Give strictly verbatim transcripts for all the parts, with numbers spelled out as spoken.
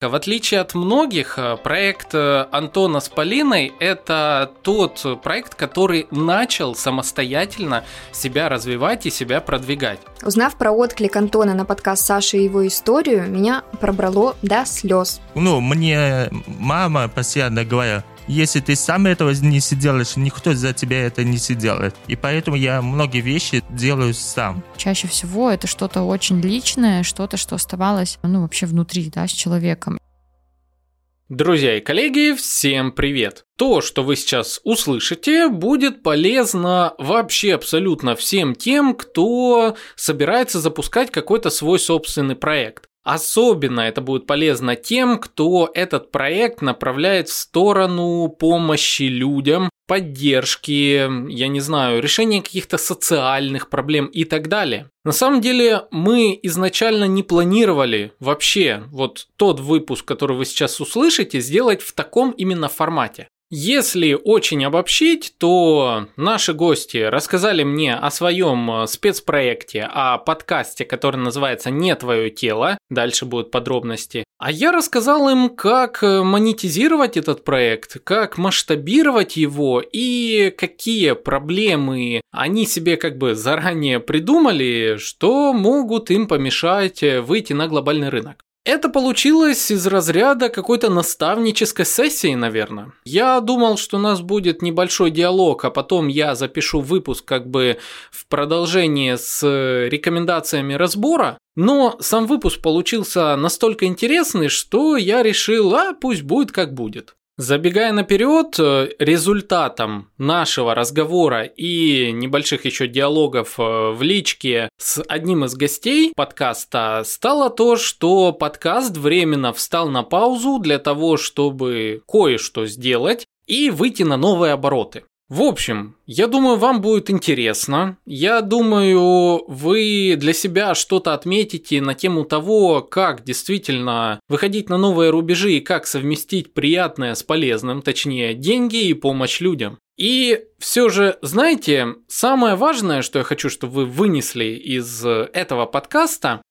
В отличие от многих, проект Антона с Полиной – это тот проект, который начал самостоятельно себя развивать и себя продвигать. Узнав про отклик Антона на подкаст Саши и его историю, меня пробрало до слез. Ну, мне мама постоянно говорила: если ты сам этого не сделаешь, никто за тебя это не сделает. И поэтому я многие вещи делаю сам. Чаще всего это что-то очень личное, что-то, что оставалось, ну, вообще внутри, да, с человеком. Друзья и коллеги, всем привет! То, что вы сейчас услышите, будет полезно вообще абсолютно всем тем, кто собирается запускать какой-то свой собственный проект. Особенно это будет полезно тем, кто этот проект направляет в сторону помощи людям, поддержки, я не знаю, решения каких-то социальных проблем и так далее. На самом деле мы изначально не планировали вообще вот тот выпуск, который вы сейчас услышите, сделать в таком именно формате. Если очень обобщить, то наши гости рассказали мне о своем спецпроекте, о подкасте, который называется «Не твое тело», дальше будут подробности. А я рассказал им, как монетизировать этот проект, как масштабировать его и какие проблемы они себе как бы заранее придумали, что могут им помешать выйти на глобальный рынок. Это получилось из разряда какой-то наставнической сессии, наверное. Я думал, что у нас будет небольшой диалог, а потом я запишу выпуск как бы в продолжение с рекомендациями разбора. Но сам выпуск получился настолько интересный, что я решил, а пусть будет как будет. Забегая наперед, результатом нашего разговора и небольших еще диалогов в личке с одним из гостей подкаста стало то, что подкаст временно встал на паузу для того, чтобы кое-что сделать и выйти на новые обороты. В общем, я думаю, вам будет интересно. Я думаю, вы для себя что-то отметите на тему того, как действительно выходить на новые рубежи и как совместить приятное с полезным, точнее, деньги и помощь людям. И все же, знаете, самое важное, что я хочу, чтобы вы вынесли из этого подкаста,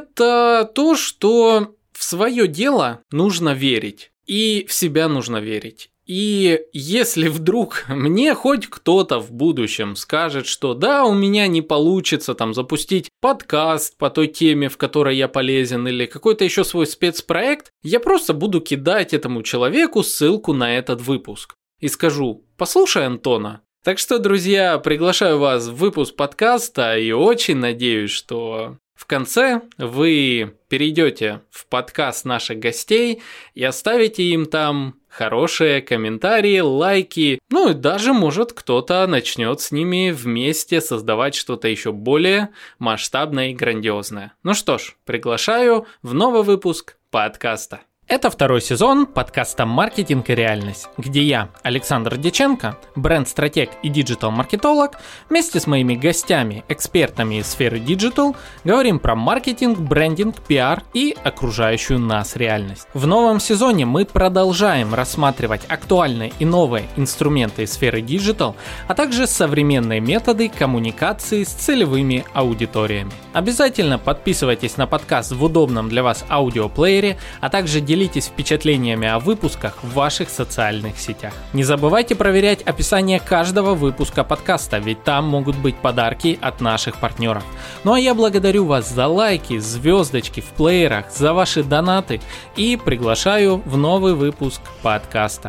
это то, что в свое дело нужно верить. И в себя нужно верить. И если вдруг мне хоть кто-то в будущем скажет, что да, у меня не получится там запустить подкаст по той теме, в которой я полезен, или какой-то еще свой спецпроект, я просто буду кидать этому человеку ссылку на этот выпуск. И скажу: послушай Антона. Так что, друзья, приглашаю вас в выпуск подкаста и очень надеюсь, что в конце вы перейдете в подкаст наших гостей и оставите им там хорошие комментарии, лайки, ну и даже, может, кто-то начнет с ними вместе создавать что-то еще более масштабное и грандиозное. Ну что ж, приглашаю в новый выпуск подкаста. Это второй сезон подкаста «Маркетинг и реальность», где я, Александр Дьяченко, бренд-стратег и диджитал-маркетолог, вместе с моими гостями, экспертами из сферы диджитал, говорим про маркетинг, брендинг, пиар и окружающую нас реальность. В новом сезоне мы продолжаем рассматривать актуальные и новые инструменты из сферы диджитал, а также современные методы коммуникации с целевыми аудиториями. Обязательно подписывайтесь на подкаст в удобном для вас аудиоплеере, а также делитесь Делитесь впечатлениями о выпусках в ваших социальных сетях. Не забывайте проверять описание каждого выпуска подкаста, ведь там могут быть подарки от наших партнеров. Ну а я благодарю вас за лайки, звездочки в плеерах, за ваши донаты и приглашаю в новый выпуск подкаста.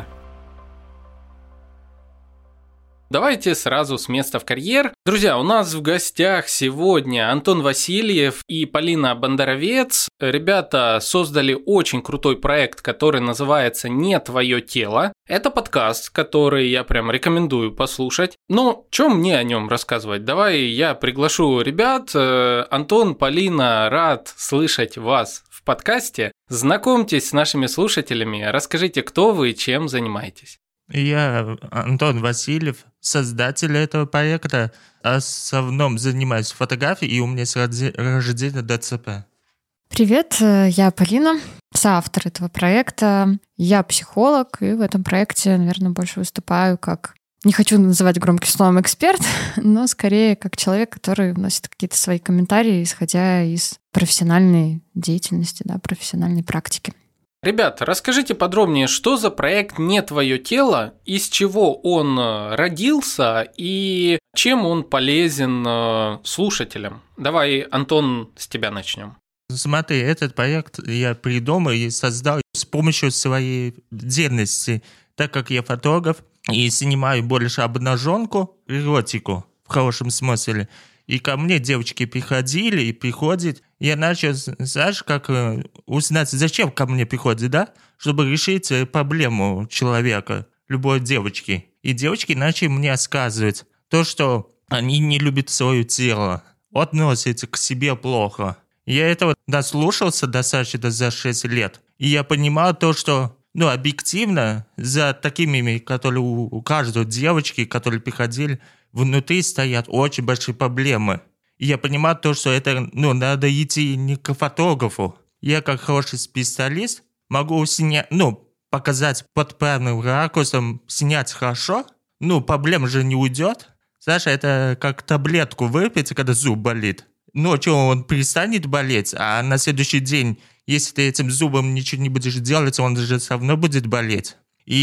Давайте сразу с места в карьер. Друзья, у нас в гостях сегодня Антон Васильев и Полина Бондаровец. Ребята создали очень крутой проект, который называется «Не твое тело». Это подкаст, который я прям рекомендую послушать. Но что мне о нем рассказывать? Давай я приглашу ребят. Антон, Полина, рад слышать вас в подкасте. Знакомьтесь с нашими слушателями, расскажите, кто вы и чем занимаетесь. Я Антон Васильев, создатель этого проекта. В основном занимаюсь фотографией, и у меня с рождения ДЦП. Привет, я Полина, соавтор этого проекта. Я психолог, и в этом проекте, наверное, больше выступаю как... Не хочу называть громким словом эксперт, но скорее как человек, который вносит какие-то свои комментарии, исходя из профессиональной деятельности, да, профессиональной практики. Ребята, расскажите подробнее, что за проект «Не твое тело», из чего он родился и чем он полезен слушателям? Давай, Антон, с тебя начнем. Смотри, этот проект я придумал и создал с помощью своей деятельности, так как я фотограф и снимаю больше обнаженку, эротику в хорошем смысле. И ко мне девочки приходили и приходят. Я начал, знаешь, как узнать, зачем ко мне приходят, да? Чтобы решить проблему человека, любой девочки. И девочки начали мне рассказывать то, что они не любят свое тело, относятся к себе плохо. Я этого дослушался достаточно за шесть лет. И я понимал то, что, ну, объективно, за такими, которые у, у каждой девочки, которые приходили, внутри стоят очень большие проблемы. И я понимаю то, что это, ну, надо идти не к фотографу. Я, как хороший специалист, могу снять, ну, показать под правильным ракурсом, снять хорошо. Ну, проблема же не уйдет. Знаешь, это как таблетку выпить, когда зуб болит. Ночью он перестанет болеть, а на следующий день, если ты этим зубом ничего не будешь делать, он же все равно будет болеть.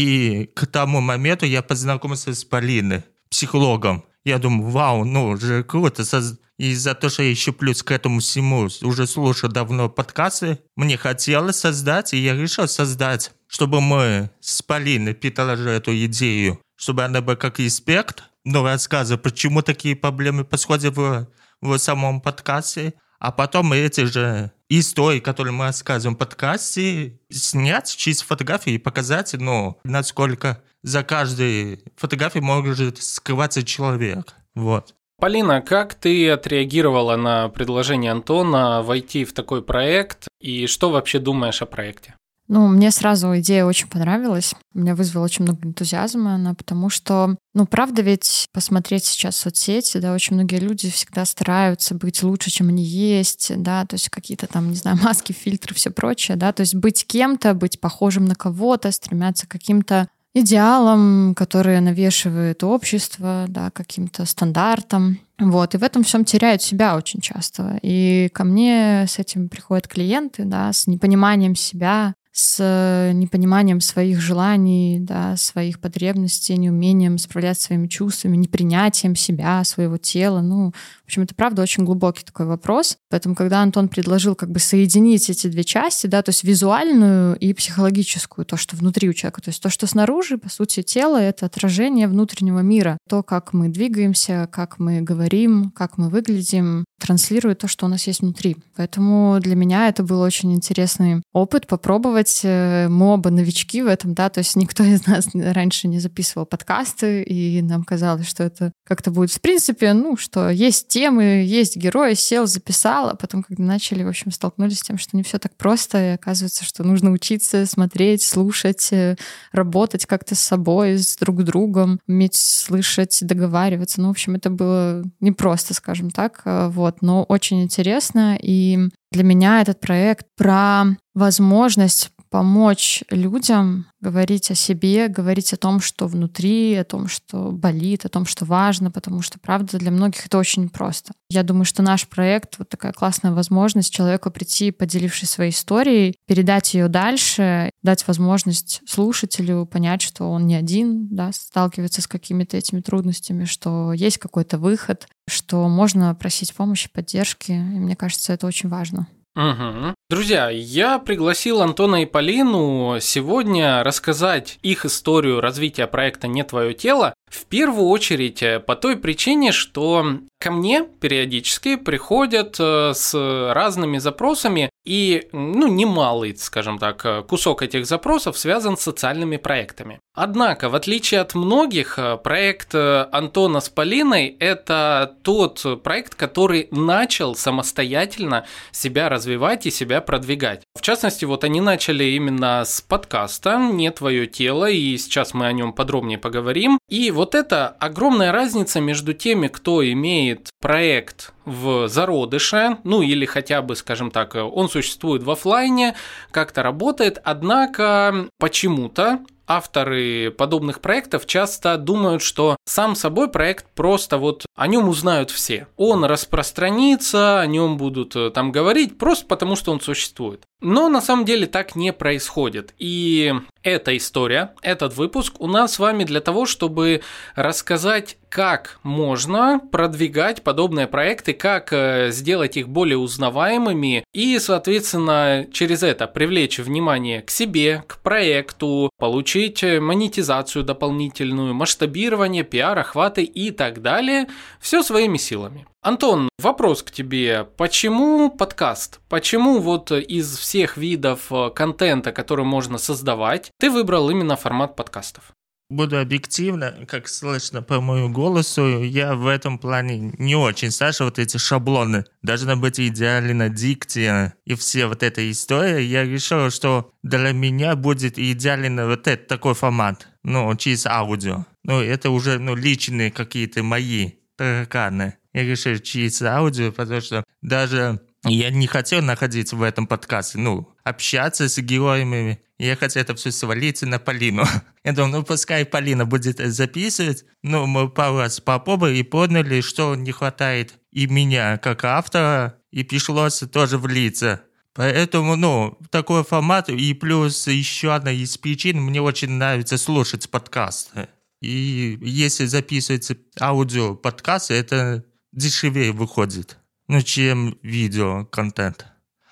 И к тому моменту я познакомился с Полиной, психологом. Я думаю, вау, ну, уже круто. И за то, что я еще плюс к этому всему уже слушал давно подкасты, мне хотелось создать, и я решил создать, чтобы мы с Полиной предложили эту идею, чтобы она была как эксперт, но рассказывала, почему такие проблемы происходят в, в самом подкасте, а потом эти же истории, которые мы рассказываем в подкасте, снять через фотографии и показать, ну, насколько за каждой фотографией может скрываться человек. Вот. Полина, как ты отреагировала на предложение Антона войти в такой проект и что вообще думаешь о проекте? Ну, мне сразу идея очень понравилась. Меня вызвало очень много энтузиазма она, потому что, ну, правда ведь посмотреть сейчас соцсети, да, очень многие люди всегда стараются быть лучше, чем они есть, да, то есть какие-то там, не знаю, маски, фильтры, все прочее, да, то есть быть кем-то, быть похожим на кого-то, стремятся к каким-то идеалам, которые навешивает общество, да, каким-то стандартам. Вот, и в этом всем теряют себя очень часто. И ко мне с этим приходят клиенты, да, с непониманием себя, с непониманием своих желаний, да, своих потребностей, неумением справляться со своими чувствами, непринятием себя, своего тела. Ну, в общем, это правда очень глубокий такой вопрос. Поэтому, когда Антон предложил как бы соединить эти две части, да, то есть визуальную и психологическую, то, что внутри у человека, то есть то, что снаружи, по сути, тело — это отражение внутреннего мира. То, как мы двигаемся, как мы говорим, как мы выглядим, транслирует то, что у нас есть внутри. Поэтому для меня это был очень интересный опыт попробовать. Мы оба новички в этом, да, то есть никто из нас раньше не записывал подкасты, и нам казалось, что это как-то будет в принципе, ну, что есть темы, есть герои, сел, записал, а потом, когда начали, в общем, столкнулись с тем, что не все так просто, и оказывается, что нужно учиться, смотреть, слушать, работать как-то с собой, с друг другом, уметь слышать, договариваться. Ну, в общем, это было непросто, скажем так, вот, но очень интересно, и для меня этот проект про возможность помочь людям говорить о себе, говорить о том, что внутри, о том, что болит, о том, что важно, потому что, правда, для многих это очень непросто. Я думаю, что наш проект — вот такая классная возможность человеку прийти, поделившись своей историей, передать ее дальше, дать возможность слушателю понять, что он не один, да, сталкивается с какими-то этими трудностями, что есть какой-то выход, что можно просить помощи, поддержки, и мне кажется, это очень важно. Угу. Друзья, я пригласил Антона и Полину сегодня рассказать их историю развития проекта «Не твое тело», в первую очередь по той причине, что ко мне периодически приходят с разными запросами, и, ну, немалый, скажем так, кусок этих запросов связан с социальными проектами. Однако, в отличие от многих, проект Антона с Полиной – это тот проект, который начал самостоятельно себя развивать и себя продвигать. В частности, вот они начали именно с подкаста «Не твое тело», и сейчас мы о нем подробнее поговорим. И вот это огромная разница между теми, кто имеет проект в зародыше, ну или хотя бы, скажем так, он существует в офлайне, как-то работает, однако почему-то авторы подобных проектов часто думают, что сам собой проект просто вот о нем узнают все. Он распространится, о нем будут там говорить просто потому, что он существует. Но на самом деле так не происходит. И эта история, этот выпуск у нас с вами для того, чтобы рассказать, как можно продвигать подобные проекты, как сделать их более узнаваемыми и, соответственно, через это привлечь внимание к себе, к проекту, получить монетизацию дополнительную, масштабирование, пиар, охваты и так далее. Все своими силами. Антон, вопрос к тебе. Почему подкаст? Почему вот из всех видов контента, который можно создавать, ты выбрал именно формат подкастов? Буду объективно, как слышно по моему голосу, я в этом плане не очень. Саша, вот эти шаблоны, должна быть идеальна дикция и все вот эта история. Я решил, что для меня будет идеален вот этот такой формат, ну, через аудио. Ну, это уже, ну, личные какие-то мои тараканы. Я решил через аудио, потому что даже я не хотел находиться в этом подкасте, ну, общаться с героями. Я хотел это все свалиться на Полину. Я думал, ну, пускай Полина будет записывать. Ну, мы пару раз попробовали и поняли, что не хватает и меня как автора, и пришлось тоже влиться. Поэтому, ну, такой формат, и плюс еще одна из причин, мне очень нравится слушать подкасты. И если записывать аудио-подкасты, это дешевее выходит, ну, чем видео-контент.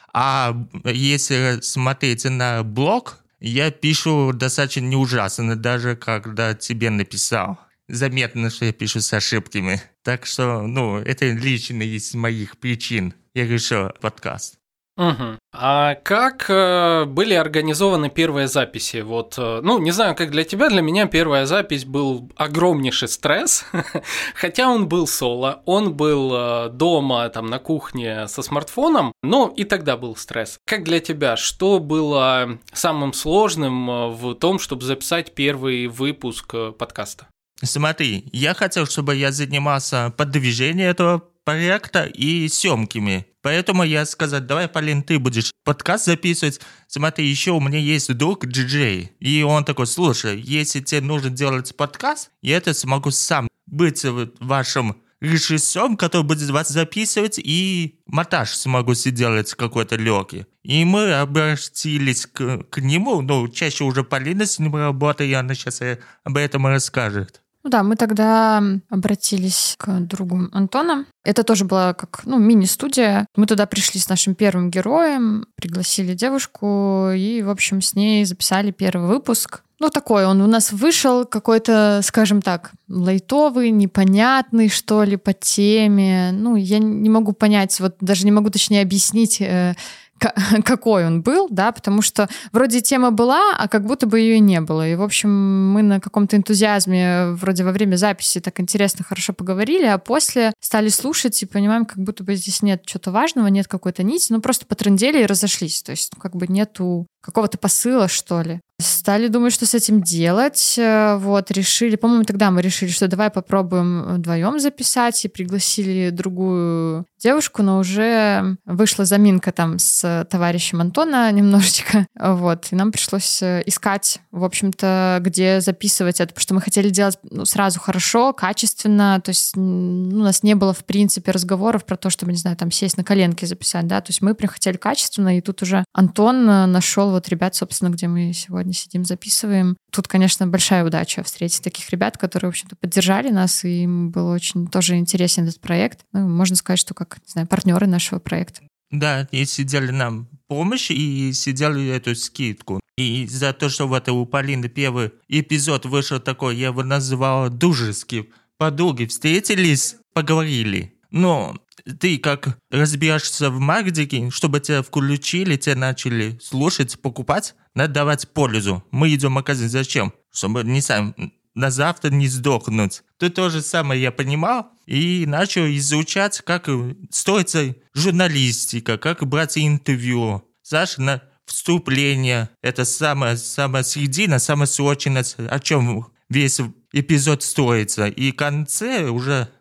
А если смотреть на блог, я пишу достаточно не ужасно, даже когда тебе написал. Заметно, что я пишу с ошибками. Так что, ну, это лично из моих причин. Я решил подкаст. Угу. А как э, были организованы первые записи? Вот, э, ну, не знаю, как для тебя, для меня первая запись был огромнейший стресс, хотя он был соло, он был э, дома, там, на кухне со смартфоном, но и тогда был стресс. Как для тебя, что было самым сложным в том, чтобы записать первый выпуск подкаста? Смотри, я хотел, чтобы я занимался продвижением этого проекта и съемками. Поэтому я сказал, давай, Полин, ты будешь подкаст записывать. Смотри, еще у меня есть друг диджей. И он такой, слушай, если тебе нужно делать подкаст, я это смогу сам быть вашим режиссером, который будет вас записывать, и монтаж смогу сделать какой-то легкий. И мы обратились к, к нему, ну, чаще уже Полина с ним работает, и она сейчас об этом расскажет. Ну да, мы тогда обратились к другу Антона. Это тоже была как, ну, мини-студия. Мы туда пришли с нашим первым героем, пригласили девушку и, в общем, с ней записали первый выпуск. Ну, такой он у нас вышел какой-то, скажем так, лайтовый, непонятный, что ли, по теме. Ну, я не могу понять, вот даже не могу точнее объяснить, э, какой он был, да, потому что вроде тема была, а как будто бы ее и не было. И, в общем, мы на каком-то энтузиазме вроде во время записи так интересно, хорошо поговорили, а после стали слушать и понимаем, как будто бы здесь нет чего-то важного, нет какой-то нити, ну, просто потрындели и разошлись. То есть, ну, как бы нету какого-то посыла, что ли. Стали думать, что с этим делать. Вот, решили, по-моему, тогда мы решили, что давай попробуем вдвоем записать, и пригласили другую девушку, но уже вышла заминка там с товарищем Антона немножечко. Вот, и нам пришлось искать, в общем-то, где записывать это, потому что мы хотели делать, ну, сразу хорошо, качественно, то есть, ну, у нас не было, в принципе, разговоров про то, чтобы, не знаю, там сесть на коленке записать, да, то есть мы прям хотели качественно, и тут уже Антон нашел вот ребят, собственно, где мы сегодня сидим, записываем. Тут, конечно, большая удача встретить таких ребят, которые, в общем-то, поддержали нас, и им был очень тоже интересен этот проект. Ну, можно сказать, что как, не знаю, партнеры нашего проекта. Да, и сидели нам помощь, и сидели эту скидку. И за то, что вот у Полины первый эпизод вышел такой, я его называл дружеский. Подруги встретились, поговорили. Но ты как разбираешься в маркетинге, чтобы тебя включили, тебя начали слушать, покупать, надо давать пользу. Мы идем в магазин зачем? Чтобы не сам на завтра не сдохнуть. То то же самое я понимал и начал изучать, как строится журналистика, как брать интервью. Знаешь, на вступление, это самая, самая середина, самая срочность, о чем весь эпизод строится. И в конце уже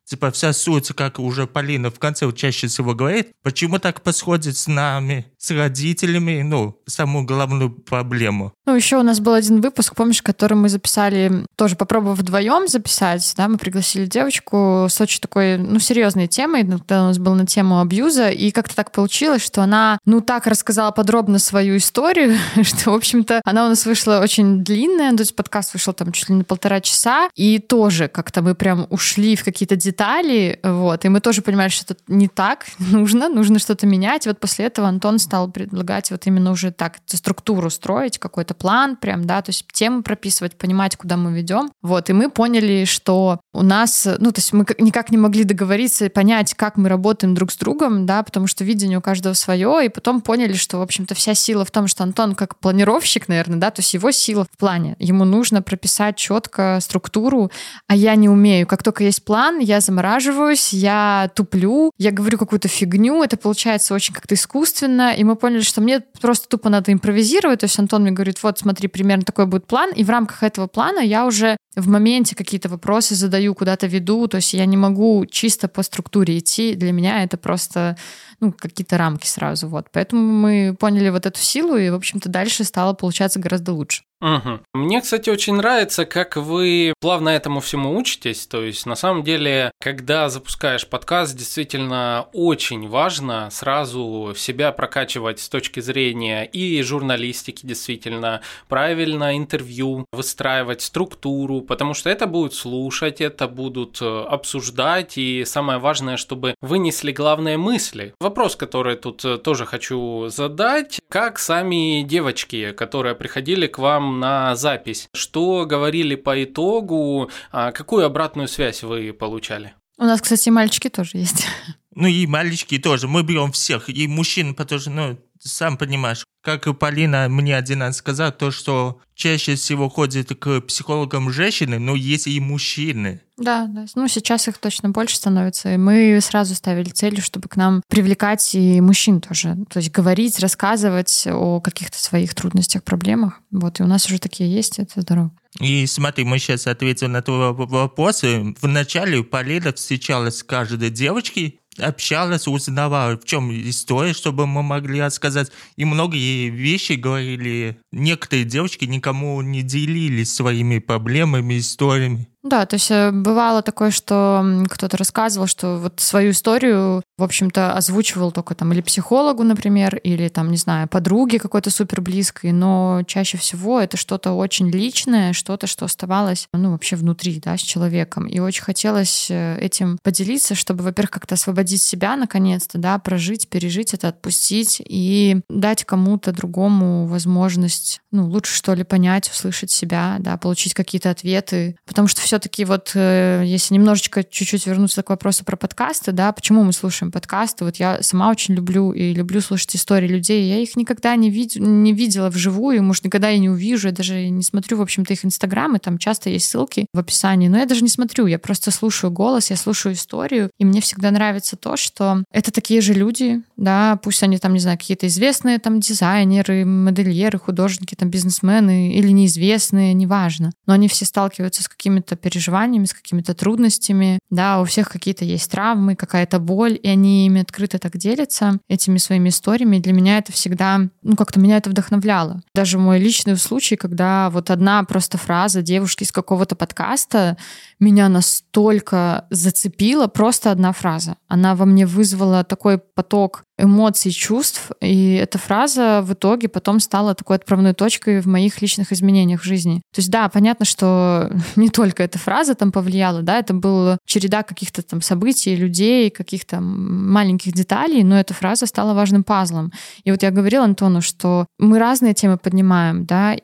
типа вся суть, как уже Полина в конце чаще всего говорит, почему так происходит с нами, с родителями, ну, саму главную проблему. Ну, еще у нас был один выпуск, помнишь, который мы записали, тоже попробовав вдвоем записать, да, мы пригласили девочку с очень такой, ну, серьезной темой, когда у нас был на тему абьюза, и как-то так получилось, что она, ну, так рассказала подробно свою историю, что, в общем-то, она у нас вышла очень длинная, то есть подкаст вышел там чуть ли не полтора часа, и тоже как-то мы прям ушли в какие-то детали, вот, и мы тоже понимали, что это не так нужно, нужно что-то менять, и вот после этого Антон стал предлагать вот именно уже так структуру строить, какой-то план прям, да, то есть темы прописывать, понимать, куда мы ведем, вот, и мы поняли, что у нас, ну, то есть мы никак не могли договориться и понять, как мы работаем друг с другом, да, потому что видение у каждого свое, и потом поняли, что, в общем-то, вся сила в том, что Антон как планировщик, наверное, да, то есть его сила в плане, ему нужно прописать четко структуру, а я не умею. Как только есть план, я замораживаюсь, я туплю, я говорю какую-то фигню, это получается очень как-то искусственно, и мы поняли, что мне просто тупо надо импровизировать, то есть Антон мне говорит, вот смотри, примерно такой будет план, и в рамках этого плана я уже в моменте какие-то вопросы задаю, куда-то веду, то есть я не могу чисто по структуре идти, для меня это просто, ну, какие-то рамки сразу, вот. Поэтому мы поняли вот эту силу, и, в общем-то, дальше стало получаться гораздо лучше. Угу. Мне, кстати, очень нравится, как вы плавно этому всему учитесь. То есть, на самом деле, когда запускаешь подкаст, действительно очень важно сразу себя прокачивать с точки зрения и журналистики, действительно, правильно интервью выстраивать, структуру, потому что это будут слушать, это будут обсуждать, и самое важное, чтобы вынесли главные мысли. Вопрос, который тут тоже хочу задать, как сами девочки, которые приходили к вам на запись, что говорили по итогу, какую обратную связь вы получали? У нас, кстати, мальчики тоже есть. Ну и мальчики тоже, мы берем всех, и мужчин, потому что, ну, сам понимаешь, как и Полина мне один раз сказала, то, что чаще всего ходят к психологам женщины, но есть и мужчины. Да, да. Ну, сейчас их точно больше становится. И мы сразу ставили целью, чтобы к нам привлекать и мужчин тоже. То есть говорить, рассказывать о каких-то своих трудностях, проблемах. Вот, и у нас уже такие есть, это здорово. И смотри, мы сейчас ответим на твой вопрос. Вначале Полина встречалась с каждой девочкой, общалась, узнавала, в чем история, чтобы мы могли рассказать. И многие вещи говорили. Некоторые девочки никому не делились своими проблемами, историями. Да, то есть бывало такое, что кто-то рассказывал, что вот свою историю, в общем-то, озвучивал только там или психологу, например, или там, не знаю, подруге какой-то супер близкой, но чаще всего это что-то очень личное, что-то, что оставалось, ну, вообще внутри, да, с человеком. И очень хотелось этим поделиться, чтобы, во-первых, как-то освободить себя наконец-то, да, прожить, пережить это, отпустить и дать кому-то другому возможность, ну, лучше, что ли, понять, услышать себя, да, получить какие-то ответы, потому что все-таки вот, если немножечко чуть-чуть вернуться к вопросу про подкасты, да, почему мы слушаем подкасты, вот я сама очень люблю и люблю слушать истории людей, я их никогда не, вид- не видела вживую, может, никогда и не увижу, я даже не смотрю, в общем-то, их инстаграмы, там часто есть ссылки в описании, но я даже не смотрю, я просто слушаю голос, я слушаю историю, и мне всегда нравится то, что это такие же люди, да, пусть они там, не знаю, какие-то известные там дизайнеры, модельеры, художники, там бизнесмены или неизвестные, неважно, но они все сталкиваются с какими-то переживаниями, с какими-то трудностями, да, у всех какие-то есть травмы, какая-то боль, и они ими открыто так делятся, этими своими историями. И для меня это всегда, ну, как-то меня это вдохновляло. Даже мой личный случай, когда вот одна просто фраза девушки из какого-то подкаста меня настолько зацепила, просто одна фраза. Она во мне вызвала такой поток эмоций, чувств, и эта фраза в итоге потом стала такой отправной точкой в моих личных изменениях в жизни. То есть да, понятно, что не только эта фраза там повлияла, да, это была череда каких-то там событий, людей, каких-то маленьких деталей, но эта фраза стала важным пазлом. И вот я говорила Антону, что мы разные темы поднимаем, да,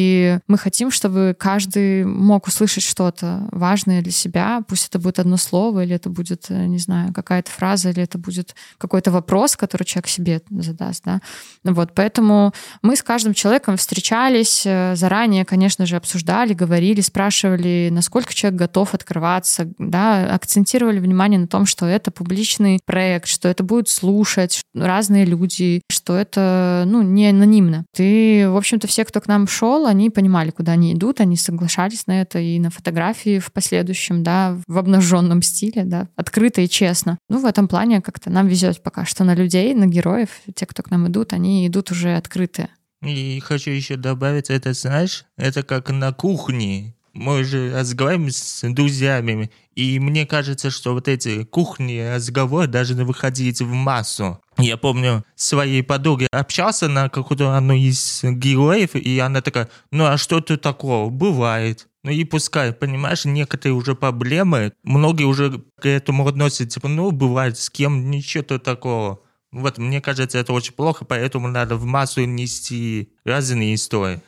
и мы хотим, чтобы каждый мог услышать что-то важное для себя, пусть это будет одно слово, или это будет, не знаю, какая-то фраза, или это будет какой-то вопрос, который который человек себе задаст, да. Вот, поэтому мы с каждым человеком встречались заранее, конечно же, обсуждали, говорили, спрашивали, насколько человек готов открываться, да, акцентировали внимание на том, что это публичный проект, что это будут слушать разные люди, что это, ну, не анонимно. И, в общем-то, все, кто к нам шел, они понимали, куда они идут, они соглашались на это и на фотографии в последующем, да, в обнаженном стиле, да, открыто и честно. Ну, в этом плане как-то нам везет пока что на людей, на героев. Те, кто к нам идут, они идут уже открытые. И хочу еще добавить, это, знаешь, это как на кухне. Мы же разговариваем с друзьями, и мне кажется, что вот эти кухни разговоры должны выходить в массу. Я помню, с своей подругой общался на какую-то одну из героев, и она такая, ну а что тут такого? Бывает. Ну и пускай, понимаешь, некоторые уже проблемы, многие уже к этому относятся, типа, ну бывает, с кем, ничего тут такого. Вот, мне кажется, это очень плохо, поэтому надо в массу нести разные истории.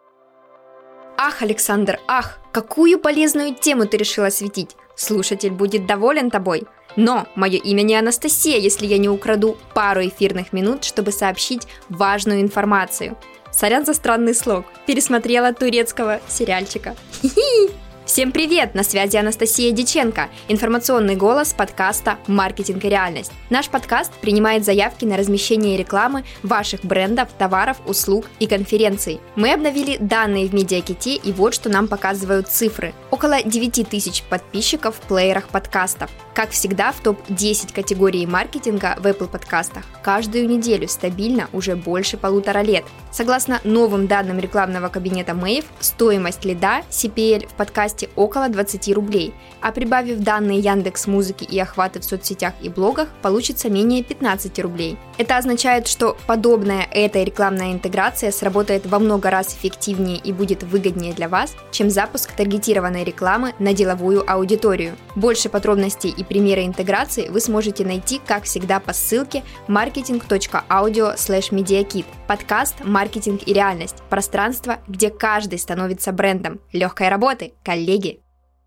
Ах, Александр, ах, какую полезную тему ты решил осветить. Слушатель будет доволен тобой. Но мое имя не Анастасия, если я не украду пару эфирных минут, чтобы сообщить важную информацию. Сорян за странный слог. Пересмотрела турецкого сериальчика. Хи-хи! Всем привет! На связи Анастасия Диченко, информационный голос подкаста «Маркетинг и реальность». Наш подкаст принимает заявки на размещение рекламы ваших брендов, товаров, услуг и конференций. Мы обновили данные в Медиаките, и вот что нам показывают цифры. Около девять тысяч подписчиков в плеерах подкастов. Как всегда, в топ десять категорий маркетинга в Apple подкастах каждую неделю стабильно уже больше полутора лет. Согласно новым данным рекламного кабинета Мэйв, стоимость лида си пи эл в подкасте около двадцать рублей, а прибавив данные Яндекс.Музыки и охваты в соцсетях и блогах, получится менее пятнадцать рублей. Это означает, что подобная этой рекламная интеграция сработает во много раз эффективнее и будет выгоднее для вас, чем запуск таргетированной рекламы на деловую аудиторию. Больше подробностей и примеры интеграции вы сможете найти, как всегда, по ссылке маркетинг точка аудио слэш медиакит. Подкаст «Маркетинг и реальность» – пространство, где каждый становится брендом. Легкой работы, коллеги!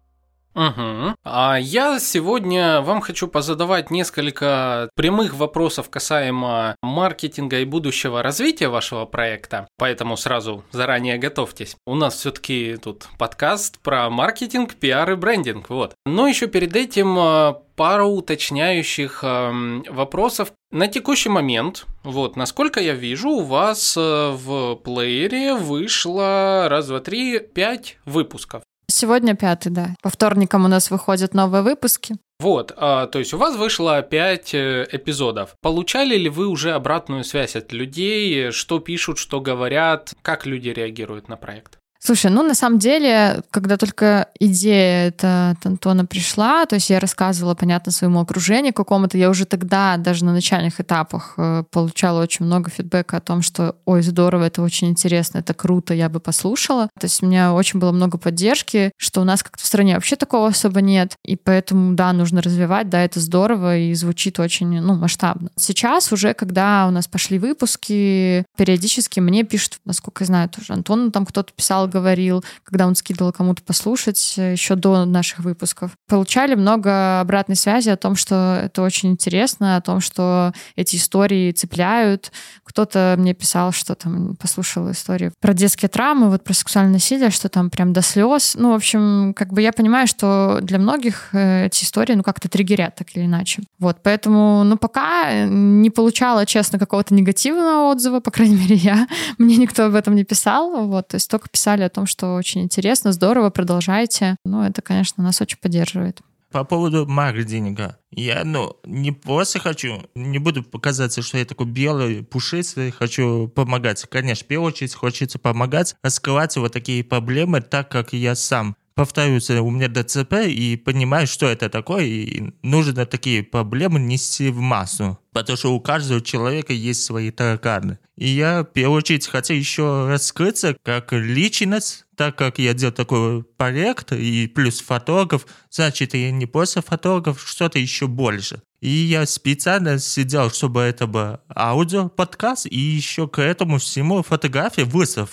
Угу. А я сегодня вам хочу позадавать несколько прямых вопросов касаемо маркетинга и будущего развития вашего проекта, поэтому сразу заранее готовьтесь. У нас все-таки тут подкаст про маркетинг, пиар и брендинг, вот. Но еще перед этим пару уточняющих э, вопросов. На текущий момент, вот, насколько я вижу, у вас в плеере вышло раз, два, три, пять выпусков. Сегодня пятый, да. По вторникам у нас выходят новые выпуски. Вот, а, то есть у вас вышло пять эпизодов. Получали ли вы уже обратную связь от людей, что пишут, что говорят, как люди реагируют на проект? Слушай, ну на самом деле, когда только идея эта от Антона пришла, то есть я рассказывала, понятно, своему окружению какому-то, я уже тогда, даже на начальных этапах, получала очень много фидбэка о том, что ой, здорово, это очень интересно, это круто, я бы послушала. То есть у меня очень было много поддержки, что у нас как-то в стране вообще такого особо нет, и поэтому, да, нужно развивать, да, это здорово и звучит очень, ну, масштабно. Сейчас уже, когда у нас пошли выпуски, периодически мне пишут, насколько я знаю, тоже Антон там кто-то писал, говорил, когда он скидывал кому-то послушать еще до наших выпусков. Получали много обратной связи о том, что это очень интересно, о том, что эти истории цепляют. Кто-то мне писал, что там послушал историю про детские травмы, вот про сексуальное насилие, что там прям до слез. Ну, в общем, как бы я понимаю, что для многих эти истории, ну, как-то триггерят так или иначе. Вот, поэтому, ну, пока не получала, честно, какого-то негативного отзыва, по крайней мере, я. Мне никто об этом не писал, вот, то есть только писали о том, что очень интересно, здорово, продолжайте. Ну, это, конечно, нас очень поддерживает. По поводу маркетинга. Я, ну, не просто хочу, не буду показаться, что я такой белый, пушистый, хочу помогать. Конечно, в первую очередь хочется помогать раскрывать вот такие проблемы, так как я сам повторюсь, у меня ДЦП, и понимаю, что это такое, и нужно такие проблемы нести в массу. Потому что у каждого человека есть свои тараканы. И я, в первую очередь, хочу еще раскрыться как личность, так как я делал такой проект, и плюс фотограф, значит, я не просто фотограф, что-то еще больше. И я специально сидел, чтобы это был аудио, подкаст, и еще к этому всему фотография, выставка.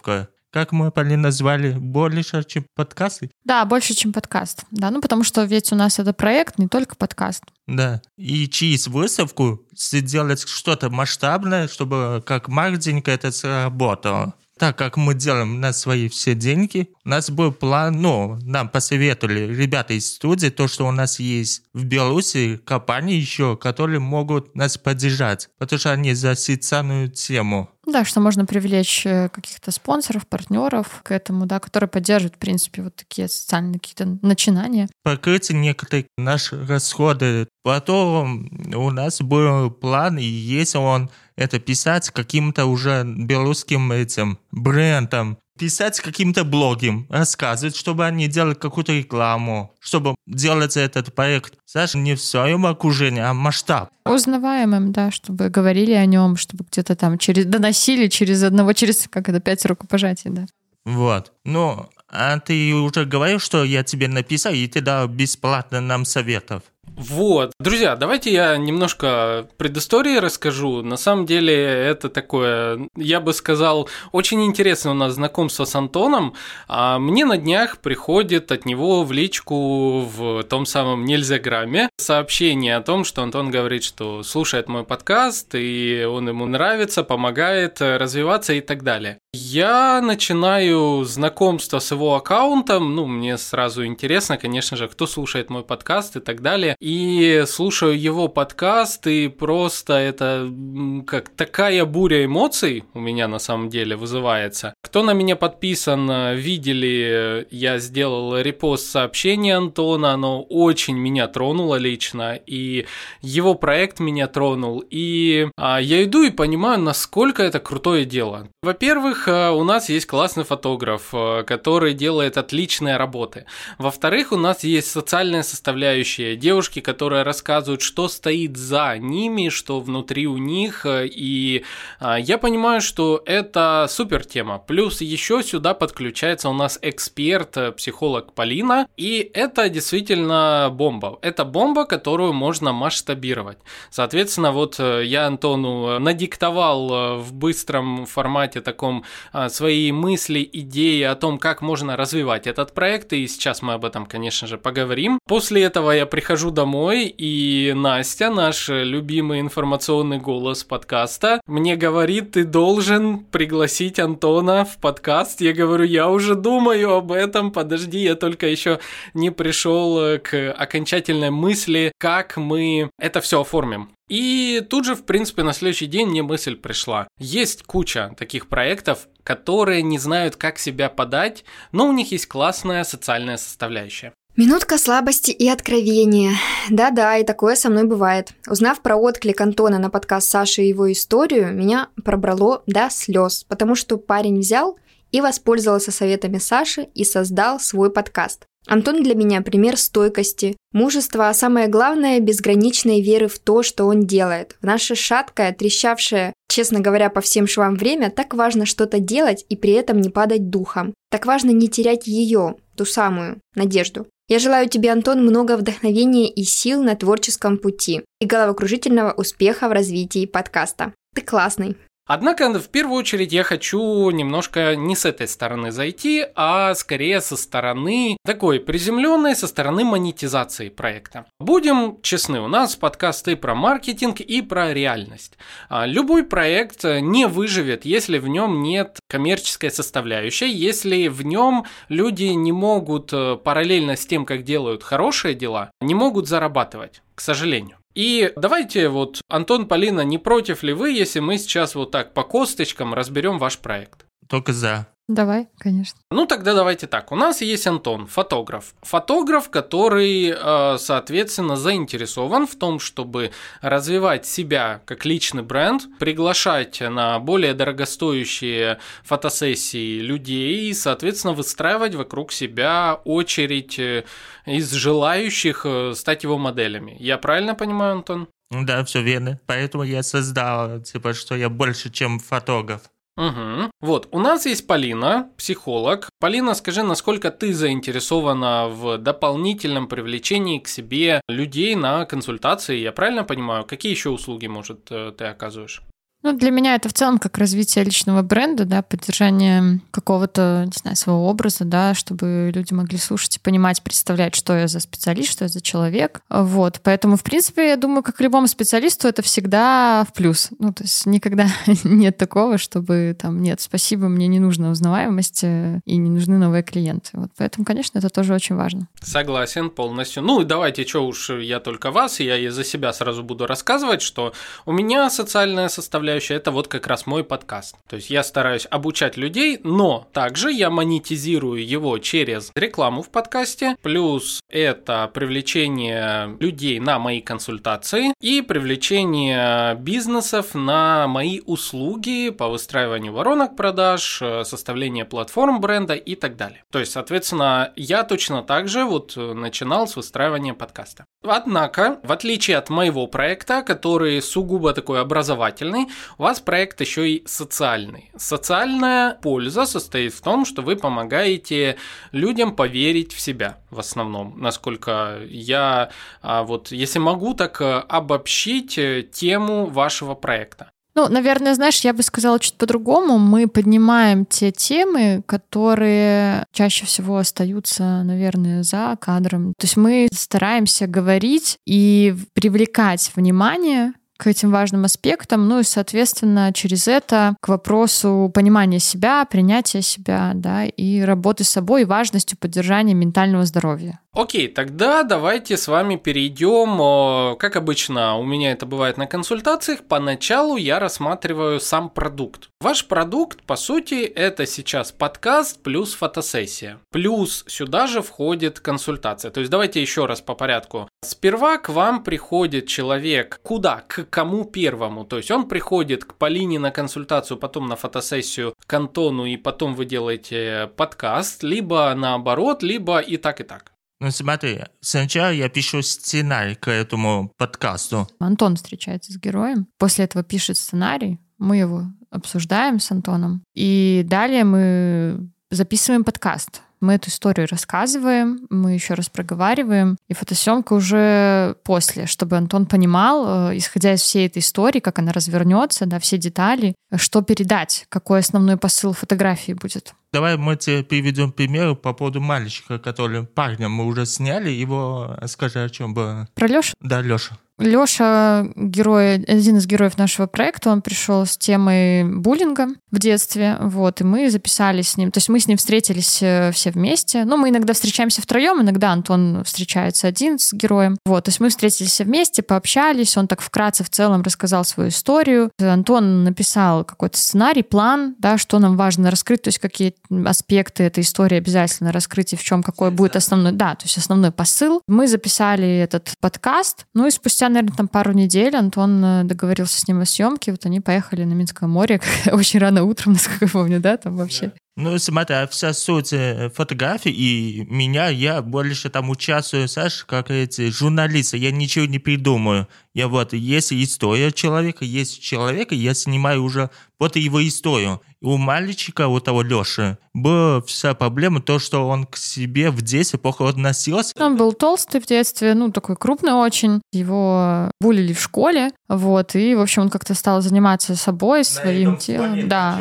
как мы, Полина, назвали, больше, чем подкасты? Да, больше, чем подкаст. Да, ну потому что ведь у нас это проект, не только подкаст. Да, и через выставку сделать что-то масштабное, чтобы как маркетинг это сработало. Так как мы делаем на свои все деньги, у нас был план, ну, нам посоветовали ребята из студии, то, что у нас есть в Беларуси компании еще, которые могут нас поддержать, потому что они за социальную тему. Да, что можно привлечь каких-то спонсоров, партнеров к этому, да, которые поддерживают, в принципе, вот такие социальные какие-то начинания. Покрыть некоторые наши расходы. Потом у нас был план, и если он это писать каким-то уже белорусским этим брендом, писать каким-то блогом, рассказывать, чтобы они делали какую-то рекламу, чтобы делать этот проект, знаешь, не в своем окружении, а масштаб. Узнаваемым, да, чтобы говорили о нем, чтобы где-то там через доносили через одного, через, как это, пять рукопожатий, да. Вот. Ну, а ты уже говорил, что я тебе написал, и ты дал бесплатно нам советов. Вот. Друзья, давайте я немножко предыстории расскажу. На самом деле это такое, я бы сказал, очень интересное у нас знакомство с Антоном. А мне на днях приходит от него в личку в том самом Нельзяграме сообщение о том, что Антон говорит, что слушает мой подкаст, и он ему нравится, помогает развиваться и так далее. Я начинаю знакомство с его аккаунтом, ну, мне сразу интересно, конечно же, кто слушает мой подкаст и так далее. И слушаю его подкаст, и просто это как такая буря эмоций у меня на самом деле вызывается. Кто на меня подписан, видели, я сделал репост сообщения Антона, оно очень меня тронуло лично, и его проект меня тронул, и а, я иду и понимаю, насколько это крутое дело. Во-первых, у нас есть классный фотограф, который делает отличные работы. Во-вторых, у нас есть социальная составляющая, девушки, которые рассказывают, что стоит за ними, что внутри у них, и я понимаю, что это супер тема. Плюс еще сюда подключается у нас эксперт, психолог Полина, и это действительно бомба. Это бомба, которую можно масштабировать. Соответственно, вот я Антону надиктовал в быстром формате таком свои мысли, идеи о том, как можно развивать этот проект, и сейчас мы об этом, конечно же, поговорим. После этого я прихожу домой, и Настя, наш любимый информационный голос подкаста, мне говорит, ты должен пригласить Антона в подкаст. Я говорю, я уже думаю об этом, подожди, я только еще не пришел к окончательной мысли, как мы это все оформим. И тут же, в принципе, на следующий день мне мысль пришла. Есть куча таких проектов, которые не знают, как себя подать, но у них есть классная социальная составляющая. Минутка слабости и откровения. Да-да, и такое со мной бывает. Узнав про отклик Антона на подкаст Саши и его историю, меня пробрало до слез, потому что парень взял и воспользовался советами Саши и создал свой подкаст. Антон для меня пример стойкости, мужества, а самое главное – безграничной веры в то, что он делает. В наше шаткое, трещавшее, честно говоря, по всем швам время, так важно что-то делать и при этом не падать духом. Так важно не терять ее, ту самую, надежду. Я желаю тебе, Антон, много вдохновения и сил на творческом пути и головокружительного успеха в развитии подкаста. Ты классный. Однако, в первую очередь, я хочу немножко не с этой стороны зайти, а скорее со стороны такой приземленной, со стороны монетизации проекта. Будем честны, у нас подкасты про маркетинг и про реальность. Любой проект не выживет, если в нем нет коммерческой составляющей, если в нем люди не могут параллельно с тем, как делают хорошие дела, не могут зарабатывать, к сожалению. И давайте вот, Антон, Полина, не против ли вы, если мы сейчас вот так по косточкам разберем ваш проект? Только за. Давай, конечно. Ну, тогда давайте так. У нас есть Антон, фотограф. Фотограф, который, соответственно, заинтересован в том, чтобы развивать себя как личный бренд, приглашать на более дорогостоящие фотосессии людей и, соответственно, выстраивать вокруг себя очередь из желающих стать его моделями. Я правильно понимаю, Антон? Да, все верно. Поэтому я создал, типа, что я больше, чем фотограф. Угу. Вот, у нас есть Полина, психолог. Полина, скажи, насколько ты заинтересована в дополнительном привлечении к себе людей на консультации? Я правильно понимаю? Какие еще услуги, может, ты оказываешь? Ну, для меня это в целом как развитие личного бренда, да, поддержание какого-то, не знаю, своего образа, да, чтобы люди могли слушать и понимать, представлять, что я за специалист, что я за человек. Вот, поэтому, в принципе, я думаю, как любому специалисту, это всегда в плюс. Ну, то есть никогда нет такого, чтобы там, нет, спасибо, мне не нужна узнаваемость и не нужны новые клиенты. Вот, поэтому, конечно, это тоже очень важно. Согласен полностью. Ну, давайте, что уж я только вас, я и за себя сразу буду рассказывать, что у меня социальная составляющая – это вот как раз мой подкаст. То есть я стараюсь обучать людей, но также я монетизирую его через рекламу в подкасте, плюс это привлечение людей на мои консультации и привлечение бизнесов на мои услуги по выстраиванию воронок продаж, составление платформ бренда и так далее. То есть, соответственно, я точно так же вот начинал с выстраивания подкаста. Однако, в отличие от моего проекта, который сугубо такой образовательный, у вас проект еще и социальный. Социальная польза состоит в том, что вы помогаете людям поверить в себя в основном, насколько я вот, если могу, так обобщить тему вашего проекта. Ну, наверное, знаешь, я бы сказала чуть по-другому. Мы поднимаем те темы, которые чаще всего остаются, наверное, за кадром. То есть мы стараемся говорить и привлекать внимание к этим важным аспектам, ну и, соответственно, через это к вопросу понимания себя, принятия себя, да, и работы с собой, и важностью поддержания ментального здоровья. Окей, тогда давайте с вами перейдем, как обычно у меня это бывает на консультациях, поначалу я рассматриваю сам продукт. Ваш продукт, по сути, это сейчас подкаст плюс фотосессия. Плюс сюда же входит консультация. То есть давайте еще раз по порядку. Сперва к вам приходит человек куда? К кому первому? То есть он приходит к Полине на консультацию, потом на фотосессию к Антону, и потом вы делаете подкаст, либо наоборот, либо и так, и так. Ну смотри, сначала я пишу сценарий к этому подкасту. Антон встречается с героем, после этого пишет сценарий, мы его обсуждаем с Антоном, и далее мы записываем подкаст. Мы эту историю рассказываем, мы еще раз проговариваем, и фотосъемка уже после, чтобы Антон понимал, исходя из всей этой истории, как она развернется, да, все детали, что передать, какой основной посыл фотографии будет. Давай мы тебе приведем пример по поводу мальчика, который парня мы уже сняли, его, скажи, о чем было. Про Лёшу? Да, Лёша. Лёша, герой, один из героев нашего проекта, он пришел с темой буллинга в детстве, вот, и мы записали с ним, то есть мы с ним встретились все вместе, ну, мы иногда встречаемся втроем, иногда Антон встречается один с героем, вот, то есть мы встретились все вместе, пообщались, он так вкратце в целом рассказал свою историю, Антон написал какой-то сценарий, план, да, что нам важно раскрыть, то есть какие аспекты этой истории обязательно раскрыть и в чем какой будет основной, да, то есть основной посыл. Мы записали этот подкаст, ну и спустя, наверное, там пару недель Антон договорился с ним о съемке, вот они поехали на Минское море очень рано утром, насколько я помню, да, там вообще. Ну, смотри, вся суть фотографий и меня, я больше там участвую, знаешь, как эти журналисты, я ничего не придумаю. Я вот, есть история человека, есть человек, и я снимаю уже вот его историю. И у мальчика, у того Лёши, была вся проблема, то, что он к себе в детстве плохо относился. Он был толстый в детстве, ну, такой крупный очень. Его булили в школе, вот, и, в общем, он как-то стал заниматься собой, своим телом. Да.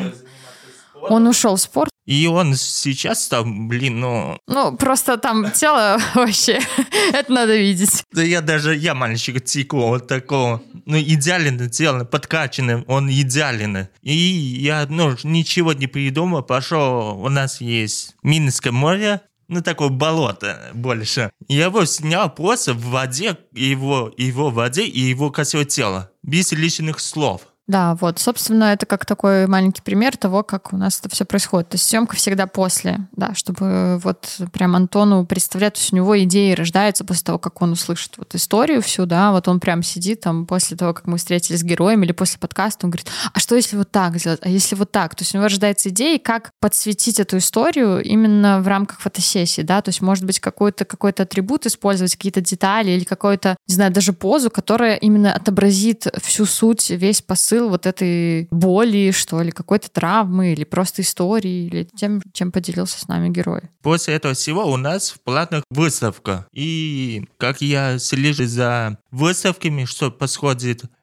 Он ушел в спорт. И он сейчас там, блин, ну... Ну, просто там тело вообще, это надо видеть. Да я даже, я мальчик тику вот такого, ну, идеально сделано, подкачанный, он идеальный. И я, ну, ничего не придумал, пошел, у нас есть Минское море, ну, такое болото больше. Я его снял просто в воде, его, его в воде и его красивое тело, без лишних слов. Да, вот, собственно, это как такой маленький пример того, как у нас это все происходит. То есть съемка всегда после, да, чтобы вот прям Антону представлять, то есть у него идеи рождаются после того, как он услышит вот историю всю, да, вот он прям сидит там после того, как мы встретились с героем или после подкаста, он говорит, а что если вот так сделать, а если вот так? То есть у него рождается идея, как подсветить эту историю именно в рамках фотосессии, да, то есть может быть какой-то какой-то атрибут использовать, какие-то детали или какой-то, не знаю, даже позу, которая именно отобразит всю суть, весь посыл вот этой боли, что ли, какой-то травмы, или просто истории, или тем, чем поделился с нами герой. После этого всего у нас в планах выставка. И как я слежу за выставками, что происходит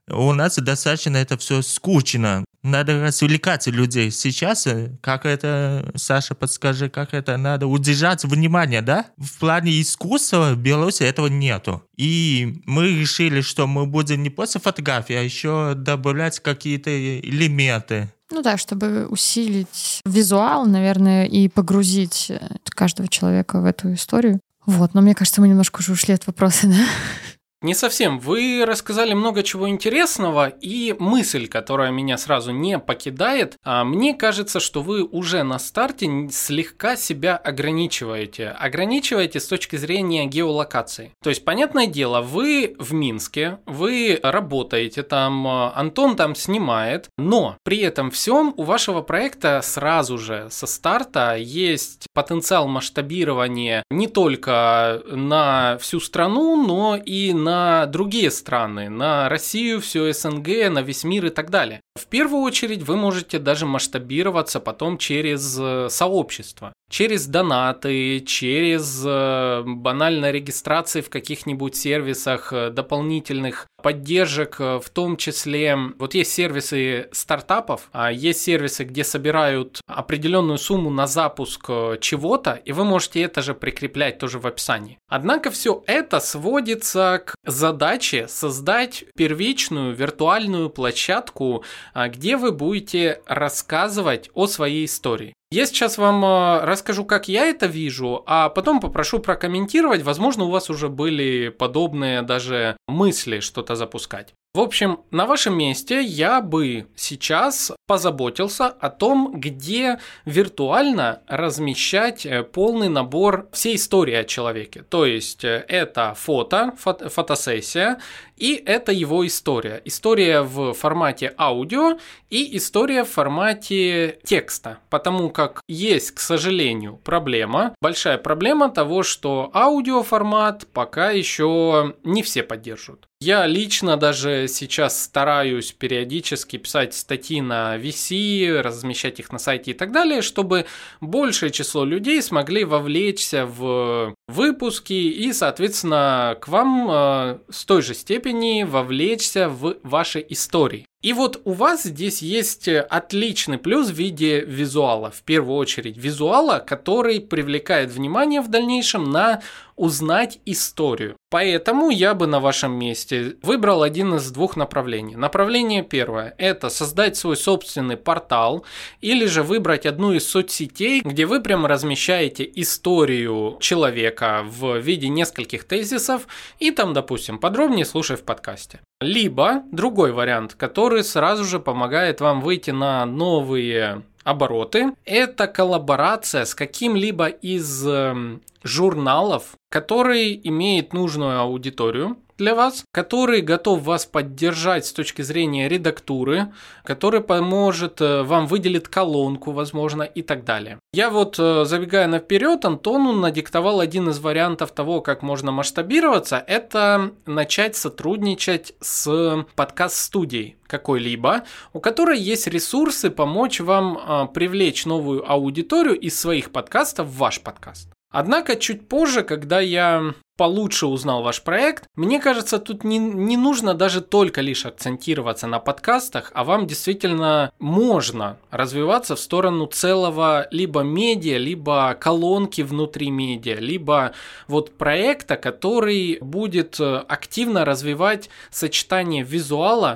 у нас достаточно это все скучно. Надо развлекать людей. Сейчас, как это, Саша, подскажи, как это, надо удержать внимание, да? В плане искусства в Беларуси этого нету. И мы решили, что мы будем не просто фотографии, а еще добавлять какие-то элементы. Ну да, чтобы усилить визуал, наверное, и погрузить каждого человека в эту историю. Вот, но мне кажется, мы немножко уже ушли от вопроса, да? Не совсем. Вы рассказали много чего интересного, и мысль, которая меня сразу не покидает, а мне кажется, что вы уже на старте слегка себя ограничиваете. Ограничиваете с точки зрения геолокации. То есть, понятное дело, вы в Минске, вы работаете там, Антон там снимает, но при этом всем у вашего проекта сразу же со старта есть потенциал масштабирования не только на всю страну, но и на на другие страны, на Россию, все СНГ, на весь мир и так далее. В первую очередь вы можете даже масштабироваться потом через сообщество, через донаты, через банально регистрации в каких-нибудь сервисах дополнительных, поддержек, в том числе, вот есть сервисы стартапов, а есть сервисы, где собирают определенную сумму на запуск чего-то, и вы можете это же прикреплять тоже в описании. Однако все это сводится к задаче создать первичную виртуальную площадку, где вы будете рассказывать о своей истории. Я сейчас вам расскажу, как я это вижу, а потом попрошу прокомментировать. Возможно, у вас уже были подобные даже мысли что-то запускать. В общем, на вашем месте я бы сейчас позаботился о том, где виртуально размещать полный набор всей истории о человеке. То есть это фото, фото, фотосессия, и это его история. История в формате аудио и история в формате текста. Потому как есть, к сожалению, проблема, большая проблема того, что аудиоформат пока еще не все поддерживают. Я лично даже сейчас стараюсь периодически писать статьи на ви си, размещать их на сайте и так далее, чтобы большее число людей смогли вовлечься в выпуски и, соответственно, к вам э, с той же степени вовлечься в ваши истории. И вот у вас здесь есть отличный плюс в виде визуала, в первую очередь визуала, который привлекает внимание в дальнейшем на узнать историю. Поэтому я бы на вашем месте выбрал один из двух направлений. Направление первое – это создать свой собственный портал или же выбрать одну из соцсетей, где вы прямо размещаете историю человека в виде нескольких тезисов и там, допустим, подробнее слушай в подкасте. Либо другой вариант, который сразу же помогает вам выйти на новые обороты, это коллаборация с каким-либо из э, журналов, который имеет нужную аудиторию для вас, который готов вас поддержать с точки зрения редактуры, который поможет, вам выделит колонку, возможно, и так далее. Я вот, забегая наперед, Антону надиктовал один из вариантов того, как можно масштабироваться, это начать сотрудничать с подкаст-студией какой-либо, у которой есть ресурсы помочь вам привлечь новую аудиторию из своих подкастов в ваш подкаст. Однако чуть позже, когда я получше узнал ваш проект, мне кажется, тут не, не нужно даже только лишь акцентироваться на подкастах, а вам действительно можно развиваться в сторону целого либо медиа, либо колонки внутри медиа, либо вот проекта, который будет активно развивать сочетание визуала,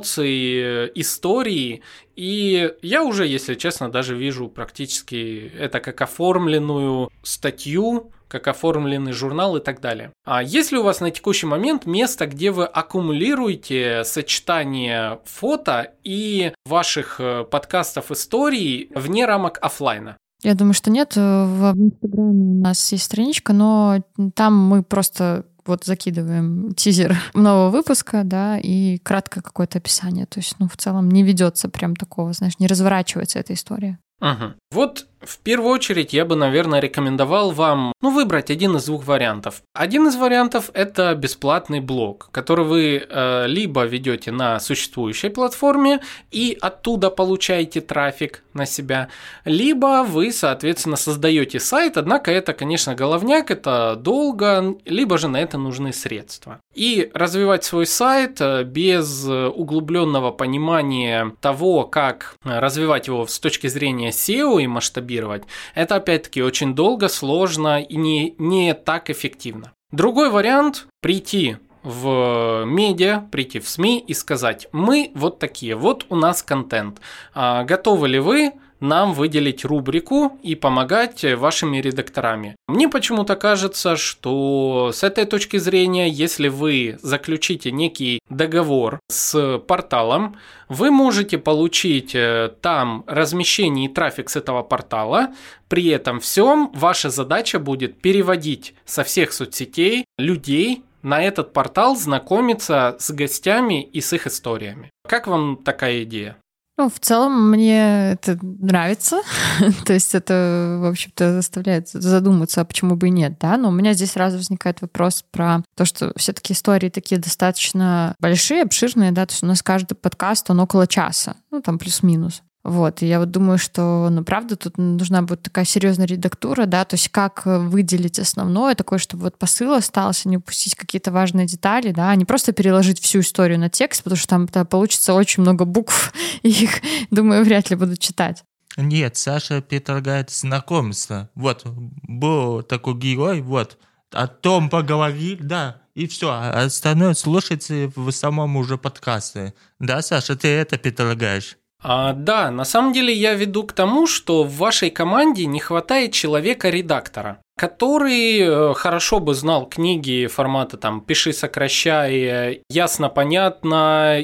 эмоций, истории. И я уже, если честно, даже вижу практически это как оформленную статью, как оформленный журнал и так далее. А есть ли у вас на текущий момент место, где вы аккумулируете сочетание фото и ваших подкастов историй вне рамок офлайна? Я думаю, что нет. В Инстаграме у нас есть страничка, но там мы просто вот закидываем тизер нового выпуска, да, и краткое какое-то описание. То есть, ну, в целом не ведется прям такого, знаешь, не разворачивается эта история. Угу. Вот В первую очередь я бы, наверное, рекомендовал вам, ну, выбрать один из двух вариантов. Один из вариантов – это бесплатный блог, который вы э, либо ведете на существующей платформе и оттуда получаете трафик на себя, либо вы, соответственно, создаете сайт, однако это, конечно, головняк, это долго, либо же на это нужны средства. И развивать свой сайт без углубленного понимания того, как развивать его с точки зрения сео и масштабировать, это опять-таки очень долго, сложно и не, не так эффективно. Другой вариант – прийти в медиа, прийти в СМИ и сказать: мы вот такие, вот у нас контент, а готовы ли вы нам выделить рубрику и помогать вашими редакторами? Мне почему-то кажется, что с этой точки зрения, если вы заключите некий договор с порталом, вы можете получить там размещение и трафик с этого портала. При этом всем ваша задача будет переводить со всех соцсетей людей на этот портал, знакомиться с гостями и с их историями. Как вам такая идея? Ну, в целом мне это нравится. То есть это, в общем-то, заставляет задуматься, а почему бы и нет, да? Но у меня здесь сразу возникает вопрос про то, что все-таки истории такие достаточно большие, обширные, да, то есть у нас каждый подкаст, он около часа, ну, там плюс-минус. Вот, и я вот думаю, что, ну, правда, тут нужна будет такая серьезная редактура, да, то есть как выделить основное, такое, чтобы вот посыл остался, не упустить какие-то важные детали, да, а не просто переложить всю историю на текст, потому что там получится очень много букв, и их, думаю, вряд ли будут читать. Нет, Саша предлагает знакомство. Вот, был такой герой, вот, о том поговорили, да, и все, а остальное слушайте в самом уже подкасте. Да, Саша, ты это предлагаешь? А, да, на самом деле я веду к тому, что в вашей команде не хватает человека-редактора, который хорошо бы знал книги формата там «пиши, сокращай», ясно, понятно,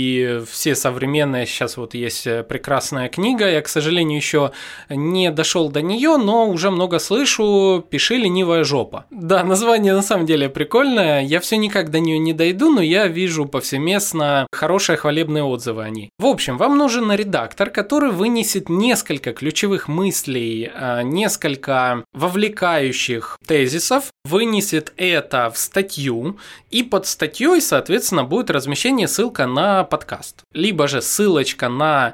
и все современные, сейчас вот есть прекрасная книга, я, к сожалению, еще не дошел до нее, но уже много слышу «Пиши, ленивая жопа». Да, название на самом деле прикольное, я все никак до нее не дойду, но я вижу повсеместно хорошие хвалебные отзывы о ней. В общем, вам нужен редактор, который вынесет несколько ключевых мыслей, несколько вовлекающих тезисов, вынесет это в статью, и под статьей, соответственно, будет размещение, ссылка на подкаст. Либо же ссылочка на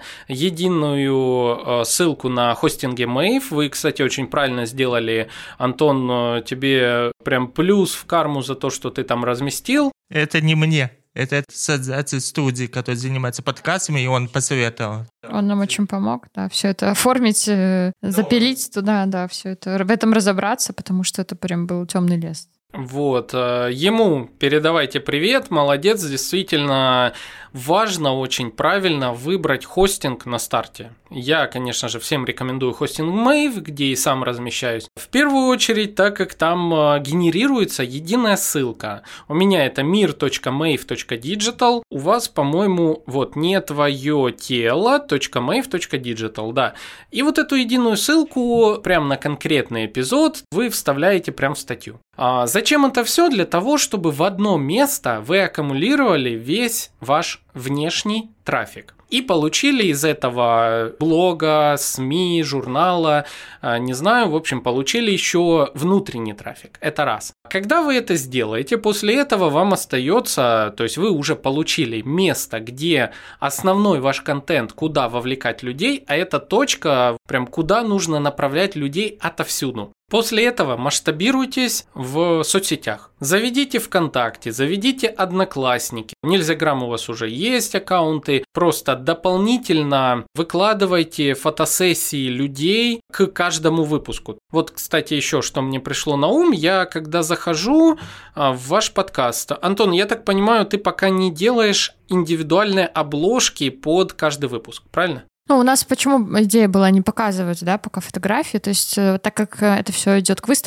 единую ссылку на хостинге Mave. Вы, кстати, очень правильно сделали, Антон, тебе прям плюс в карму за то, что ты там разместил. Это не мне. Это создатель студии, который занимается подкастами, и он посоветовал. Он нам очень помог, да, все это оформить, запилить туда, да, все это, в этом разобраться, потому что это прям был темный лес. Вот, ему передавайте привет, молодец, действительно важно очень правильно выбрать хостинг на старте. Я, конечно же, всем рекомендую хостинг Mave, где и сам размещаюсь. В первую очередь, так как там генерируется единая ссылка. У меня это мир точка mave точка digital, у вас, по-моему, вот не твое тело .mave точка digital, да. И вот эту единую ссылку прямо на конкретный эпизод вы вставляете прямо в статью. А зачем это все? Для того, чтобы в одно место вы аккумулировали весь ваш внешний трафик. И получили из этого блога, СМИ, журнала, не знаю, в общем, получили еще внутренний трафик. Это раз. Когда вы это сделаете, после этого вам остается, то есть вы уже получили место, где основной ваш контент, куда вовлекать людей, а это точка, прям куда нужно направлять людей отовсюду. После этого масштабируйтесь в соцсетях. Заведите ВКонтакте, заведите Одноклассники. В Нельзяграм у вас уже есть аккаунты. Просто дополнительно выкладывайте фотосессии людей к каждому выпуску. Вот, кстати, еще что мне пришло на ум. Я когда захожу в ваш подкаст, Антон, я так понимаю, ты пока не делаешь индивидуальные обложки под каждый выпуск, правильно? Ну, у нас почему идея была не показывать, да, пока фотографии, то есть так как это все идет к выставке,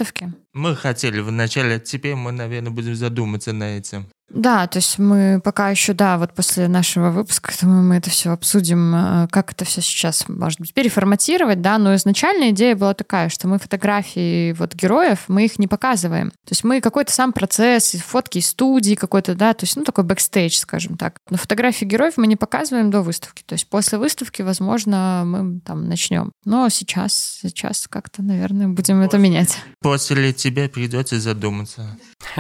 Мы хотели вначале, теперь мы, наверное, будем задуматься на этом. Да, то есть мы пока еще, да, вот после нашего выпуска, думаю, мы это все обсудим, как это все сейчас, может быть, переформатировать, да, но изначально идея была такая, что мы фотографии вот героев, мы их не показываем. То есть мы какой-то сам процесс, фотки из студии какой-то, да, то есть, ну, такой бэкстейдж, скажем так. Но фотографии героев мы не показываем до выставки. То есть после выставки, возможно, мы там начнем. Но сейчас, сейчас как-то, наверное, будем это менять. После тебя придется задуматься.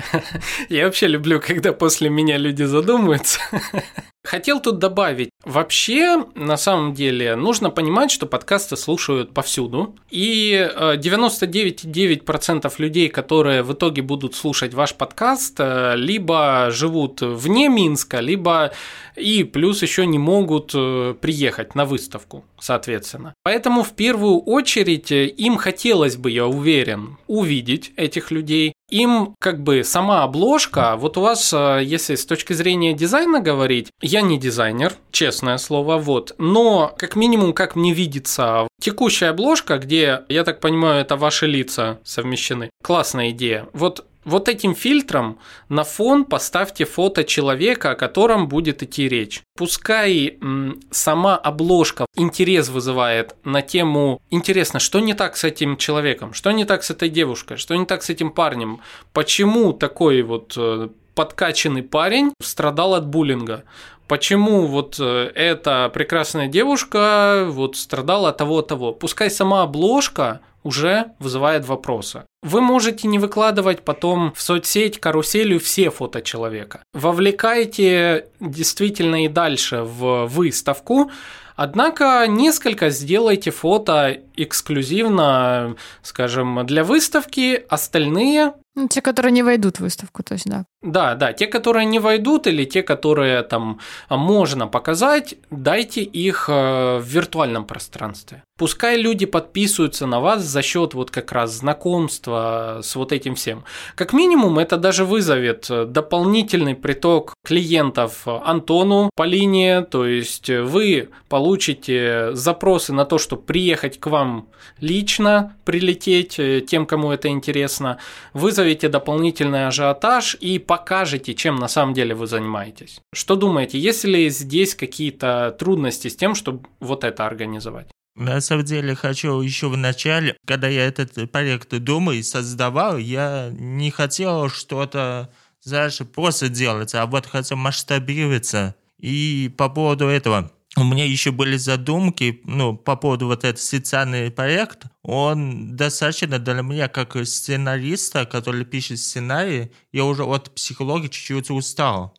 Я вообще люблю, когда после меня люди задумываются. Хотел тут добавить, вообще, на самом деле, нужно понимать, что подкасты слушают повсюду, и девяносто девять целых девять десятых процента людей, которые в итоге будут слушать ваш подкаст, либо живут вне Минска, либо и плюс еще не могут приехать на выставку, соответственно. Поэтому в первую очередь им хотелось бы, я уверен, увидеть этих людей. Им как бы сама обложка, вот у вас, если с точки зрения дизайна говорить, я не дизайнер, честное слово, вот, но как минимум, как мне видится, текущая обложка, где, я так понимаю, это ваши лица совмещены, классная идея. Вот Вот этим фильтром на фон поставьте фото человека, о котором будет идти речь. Пускай м, сама обложка интерес вызывает на тему «Интересно, что не так с этим человеком? Что не так с этой девушкой? Что не так с этим парнем? Почему такой вот э, подкачанный парень страдал от буллинга? Почему вот эта прекрасная девушка вот страдала от того-того?» Пускай сама обложка уже вызывает вопросы. Вы можете не выкладывать потом в соцсеть каруселью все фото человека. Вовлекайте действительно и дальше в выставку, однако несколько сделайте фото эксклюзивно, скажем, для выставки, остальные... Ну, те, которые не войдут в выставку, то есть, да. Да, да, те, которые не войдут, или те, которые там можно показать, дайте их в виртуальном пространстве. Пускай люди подписываются на вас за счет вот как раз знакомства с вот этим всем. Как минимум, это даже вызовет дополнительный приток клиентов Антону по линии, то есть вы получите запросы на то, чтобы приехать к вам лично, прилететь тем, кому это интересно, вызовете дополнительный ажиотаж и покажете, чем на самом деле вы занимаетесь. Что думаете, есть ли здесь какие-то трудности с тем, чтобы вот это организовать? На самом деле, хочу еще в начале, когда я этот проект думаю и создавал, я не хотел что-то, знаешь, просто делать, а вот хотел масштабироваться. И по поводу этого у меня еще были задумки, ну, по поводу вот этого социальный проект. Он достаточно для меня, как сценариста, который пишет сценарий, я уже от психологии чуть-чуть устал.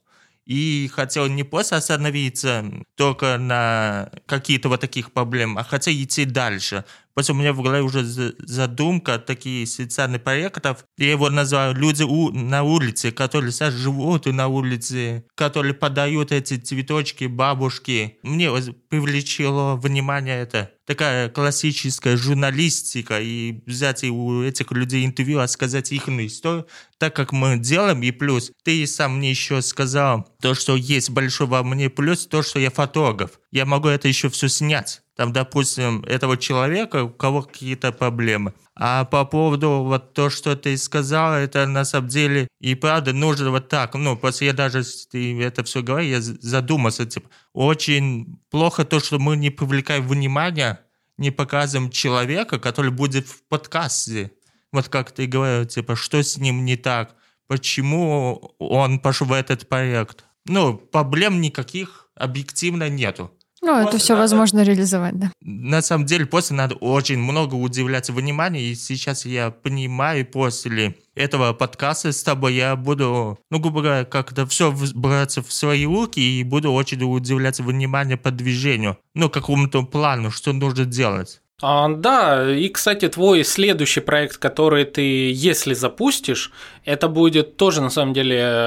И хотел не просто остановиться только на какие-то вот таких проблемах, а хотел идти дальше. Потому у меня в голове уже задумка таких социальных проектов. Я его называю «Люди у, на улице», которые сейчас живут на улице, которые подают эти цветочки бабушки. Мне привлекло внимание это. Такая классическая журналистика, и взять у этих людей интервью, а сказать их историю, так как мы делаем, и плюс, ты сам мне еще сказал, то, что есть большой во мне плюс, то, что я фотограф. Я могу это еще все снять. Там, допустим, этого человека, у кого какие-то проблемы. А по поводу вот то, что ты сказал, это на самом деле и правда нужно вот так. Ну, просто я даже, ты это все говоришь, я задумался, типа, очень плохо то, что мы не привлекаем внимания, не показываем человека, который будет в подкасте. Вот как ты говорил, типа, что с ним не так, почему он пошел в этот проект. Ну, проблем никаких объективно нету. Ну, это все надо, возможно реализовать, да. На самом деле, после надо очень много уделять внимания, и сейчас я понимаю, после этого подкаста с тобой я буду, ну, грубо говоря, как-то все браться в свои руки и буду очень уделять внимание по движению, ну, какому-то плану, что нужно делать. А, да, и, кстати, твой следующий проект, который ты, если запустишь, это будет тоже, на самом деле,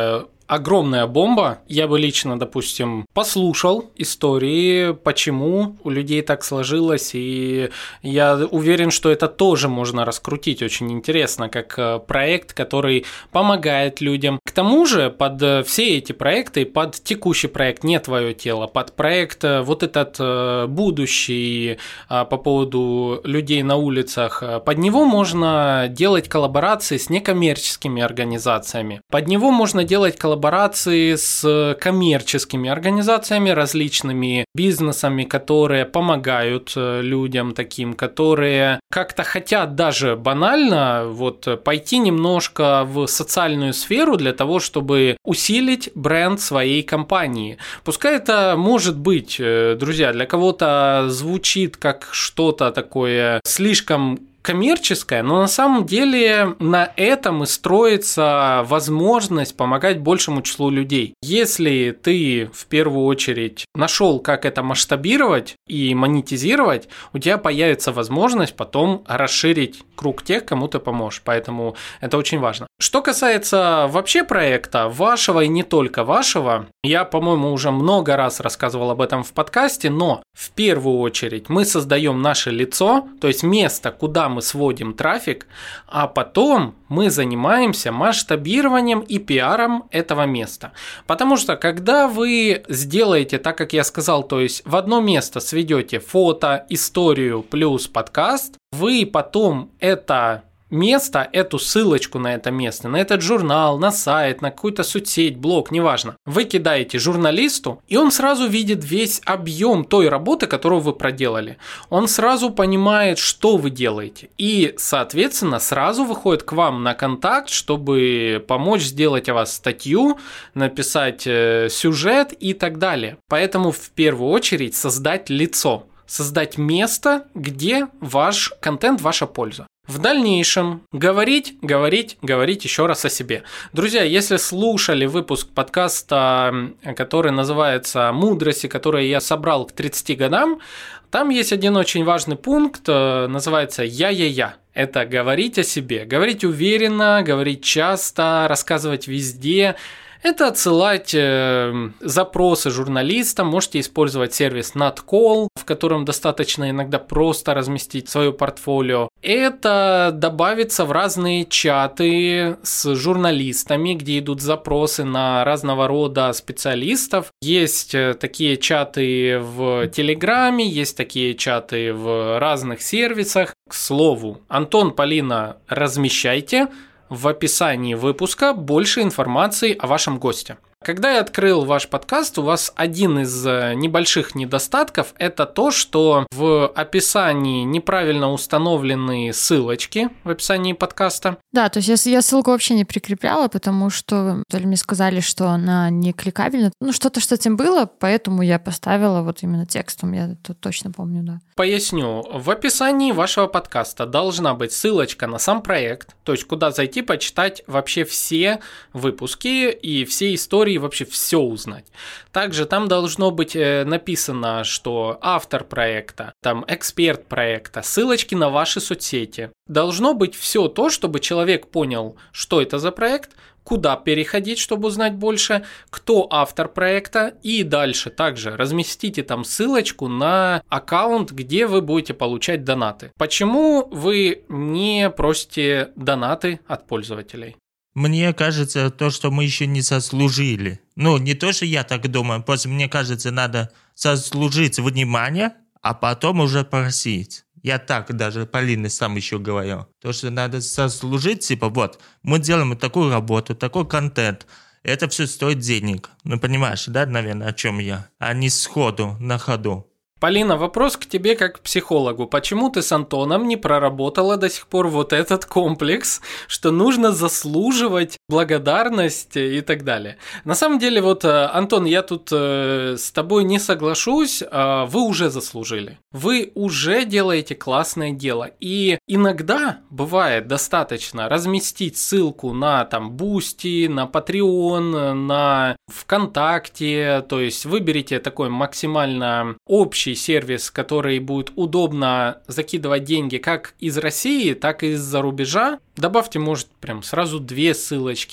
огромная бомба. Я бы лично, допустим, послушал истории, почему у людей так сложилось, и я уверен, что это тоже можно раскрутить очень интересно, как проект, который помогает людям. К тому же, под все эти проекты, под текущий проект «Не твое тело», под проект вот этот будущий по поводу людей на улицах, под него можно делать коллаборации с некоммерческими организациями. Под него можно делать коллаборации с коммерческими организациями, различными бизнесами, которые помогают людям таким, которые как-то хотят даже банально вот пойти немножко в социальную сферу для того, чтобы усилить бренд своей компании. Пускай это может быть, друзья, для кого-то звучит как что-то такое слишком коммерческое, но на самом деле на этом и строится возможность помогать большему числу людей. Если ты в первую очередь нашел, как это масштабировать и монетизировать, у тебя появится возможность потом расширить круг тех, кому ты поможешь. Поэтому это очень важно. Что касается вообще проекта, вашего и не только вашего, я, по-моему, уже много раз рассказывал об этом в подкасте, но в первую очередь мы создаем наше лицо, то есть место, куда мы сводим трафик, а потом мы занимаемся масштабированием и пиаром этого места. Потому что когда вы сделаете так, как я сказал, то есть в одно место сведете фото, историю плюс подкаст, вы потом это место, эту ссылочку на это место, на этот журнал, на сайт, на какую-то соцсеть, блог, неважно, вы кидаете журналисту, и он сразу видит весь объем той работы, которую вы проделали. Он сразу понимает, что вы делаете, и, соответственно, сразу выходит к вам на контакт, чтобы помочь сделать о вас статью, написать э, сюжет и так далее. Поэтому в первую очередь создать лицо, создать место, где ваш контент, ваша польза. В дальнейшем говорить, говорить, говорить еще раз о себе. Друзья, если слушали выпуск подкаста, который называется «Мудрости», который я собрал к тридцати годам, там есть один очень важный пункт, называется «Я-я-я». Это говорить о себе, говорить уверенно, говорить часто, рассказывать везде. Это отсылать э, запросы журналистам, можете использовать сервис Nutcall, в котором достаточно иногда просто разместить свое портфолио. Это добавится в разные чаты с журналистами, где идут запросы на разного рода специалистов. Есть такие чаты в Телеграме, есть такие чаты в разных сервисах. К слову, Антон, Полина, размещайте в описании выпуска больше информации о вашем госте. Когда я открыл ваш подкаст, у вас один из небольших недостатков – это то, что в описании неправильно установлены ссылочки в описании подкаста. Да, то есть я, я ссылку вообще не прикрепляла, потому что то ли мне сказали, что она не кликабельна. Ну, что-то с этим было, поэтому я поставила вот именно текстом, я это точно помню, да. Поясню. В описании вашего подкаста должна быть ссылочка на сам проект, то есть куда зайти, почитать вообще все выпуски и все истории, и вообще все узнать. Также там должно быть написано, что автор проекта, там эксперт проекта, ссылочки на ваши соцсети. Должно быть все то, чтобы человек понял, что это за проект, куда переходить, чтобы узнать больше, кто автор проекта, и дальше также разместите там ссылочку на аккаунт, где вы будете получать донаты. Почему вы не просите донаты от пользователей? Мне кажется, то, что мы еще не заслужили. Ну, не то, что я так думаю, просто мне кажется, надо заслужить внимание, а потом уже просить. Я так даже Полине сам еще говорил. То, что надо заслужить, типа, вот, мы делаем такую работу, такой контент. Это все стоит денег. Ну, понимаешь, да, наверное, о чем я? А не сходу, на ходу. Полина, вопрос к тебе как к психологу. Почему ты с Антоном не проработала до сих пор вот этот комплекс, что нужно заслуживать благодарность и так далее? На самом деле, вот, Антон, я тут э, с тобой не соглашусь, э, вы уже заслужили. Вы уже делаете классное дело. И иногда бывает достаточно разместить ссылку на там Boosty, на Patreon, на ВКонтакте, то есть выберите такой максимально общий сервис, который будет удобно закидывать деньги как из России, так и из-за рубежа. Добавьте, может, прям сразу две ссылочки.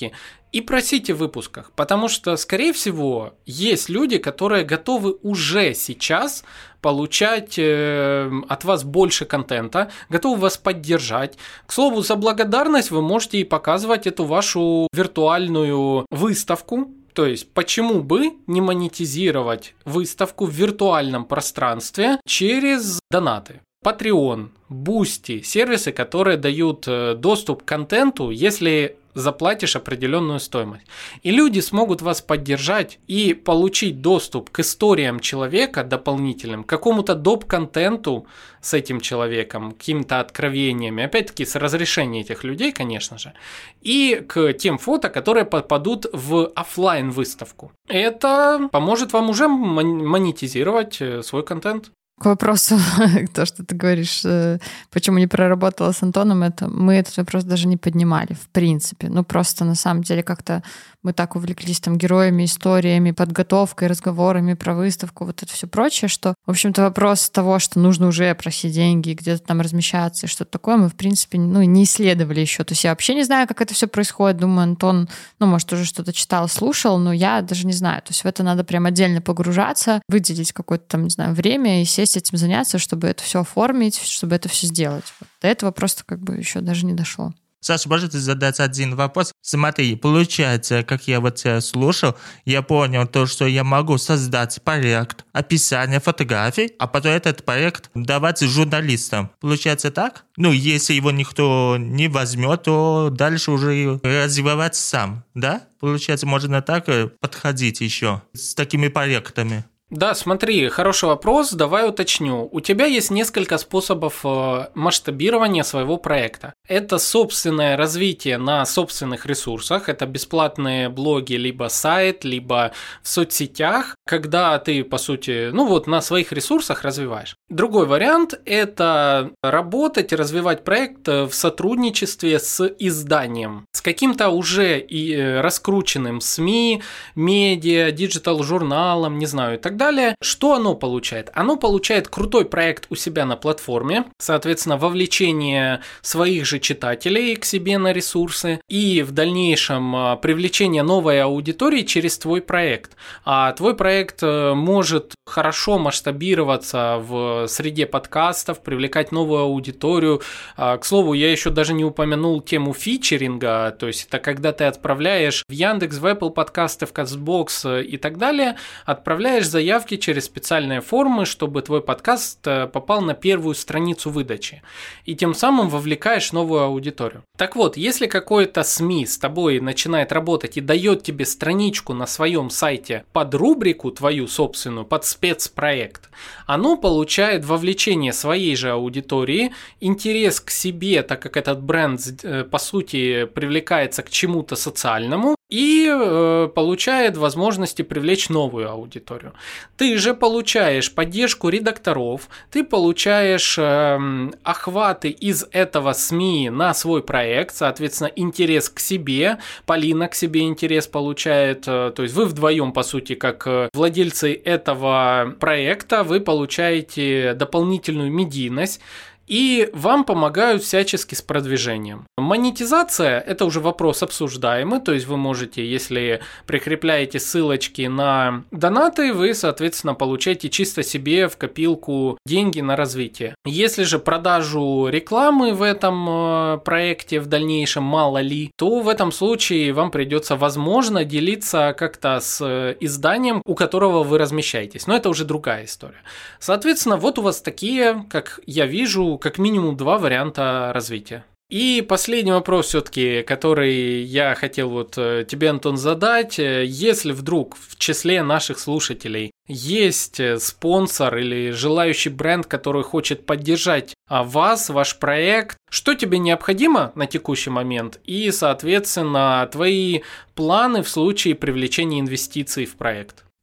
и просите в выпусках, потому что, скорее всего, есть люди, которые готовы уже сейчас получать э, от вас больше контента, готовы вас поддержать. К слову, за благодарность вы можете и показывать эту вашу виртуальную выставку. То есть, почему бы не монетизировать выставку в виртуальном пространстве через донаты? Patreon, Boosty, сервисы, которые дают доступ к контенту, если заплатишь определенную стоимость. И люди смогут вас поддержать и получить доступ к историям человека дополнительным, к какому-то доп-контенту с этим человеком, какими-то откровениями, опять-таки с разрешения этих людей, конечно же, и к тем фото, которые попадут в офлайн выставку. Это поможет вам уже монетизировать свой контент. К вопросу, то, что ты говоришь, почему не проработала с Антоном, это мы этот вопрос даже не поднимали, в принципе. Ну, просто на самом деле как-то мы так увлеклись там героями, историями, подготовкой, разговорами про выставку, вот это все прочее, что, в общем-то, вопрос того, что нужно уже просить деньги, где-то там размещаться и что-то такое, мы, в принципе, ну, не исследовали еще. То есть я вообще не знаю, как это все происходит. Думаю, Антон, ну, может, уже что-то читал, слушал, но я даже не знаю. То есть в это надо прям отдельно погружаться, выделить какое-то там, не знаю, время и сесть этим заняться, чтобы это все оформить, чтобы это все сделать. Вот до этого просто как бы еще даже не дошло. Саша, можете задать один вопрос? Смотри, получается, как я вот тебя слушал, я понял то, что я могу создать проект, описание фотографий, а потом этот проект давать журналистам. Получается так? Ну, если его никто не возьмет, то дальше уже развивать сам, да? Получается, можно так подходить еще с такими проектами. Да, смотри, хороший вопрос, давай уточню. У тебя есть несколько способов масштабирования своего проекта. Это собственное развитие на собственных ресурсах, это бесплатные блоги, либо сайт, либо в соцсетях, когда ты, по сути, ну вот на своих ресурсах развиваешь. Другой вариант – это работать и развивать проект в сотрудничестве с изданием, с каким-то уже и раскрученным СМИ, медиа, диджитал-журналом, не знаю, и так далее. Далее, что оно получает? Оно получает крутой проект у себя на платформе, соответственно, вовлечение своих же читателей к себе на ресурсы и в дальнейшем привлечение новой аудитории через твой проект. А твой проект может хорошо масштабироваться в среде подкастов, привлекать новую аудиторию. К слову, я еще даже не упомянул тему фичеринга, то есть это когда ты отправляешь в Яндекс, в Apple подкасты, в Castbox и так далее, отправляешь заявку заявки через специальные формы, чтобы твой подкаст попал на первую страницу выдачи. И тем самым вовлекаешь новую аудиторию. Так вот, если какой-то СМИ с тобой начинает работать и дает тебе страничку на своем сайте под рубрику твою собственную, под спецпроект, оно получает вовлечение своей же аудитории, интерес к себе, так как этот бренд, по сути, привлекается к чему-то социальному, и э, получает возможности привлечь новую аудиторию. Ты же получаешь поддержку редакторов, ты получаешь э, охваты из этого СМИ на свой проект, соответственно, интерес к себе, Полина к себе интерес получает, э, то есть вы вдвоем, по сути, как владельцы этого проекта, вы получаете дополнительную медийность, и вам помогают всячески с продвижением. Монетизация – это уже вопрос обсуждаемый, то есть вы можете, если прикрепляете ссылочки на донаты, вы, соответственно, получаете чисто себе в копилку деньги на развитие. Если же продажу рекламы в этом проекте в дальнейшем мало ли, то в этом случае вам придется, возможно, делиться как-то с изданием, у которого вы размещаетесь. Но это уже другая история. Соответственно, вот у вас такие, как я вижу, как минимум два варианта развития. И последний вопрос все-таки, который я хотел вот тебе, Антон, задать. Если вдруг в числе наших слушателей есть спонсор или желающий бренд, который хочет поддержать вас, ваш проект, что тебе необходимо на текущий момент и, соответственно, твои планы в случае привлечения инвестиций в проект?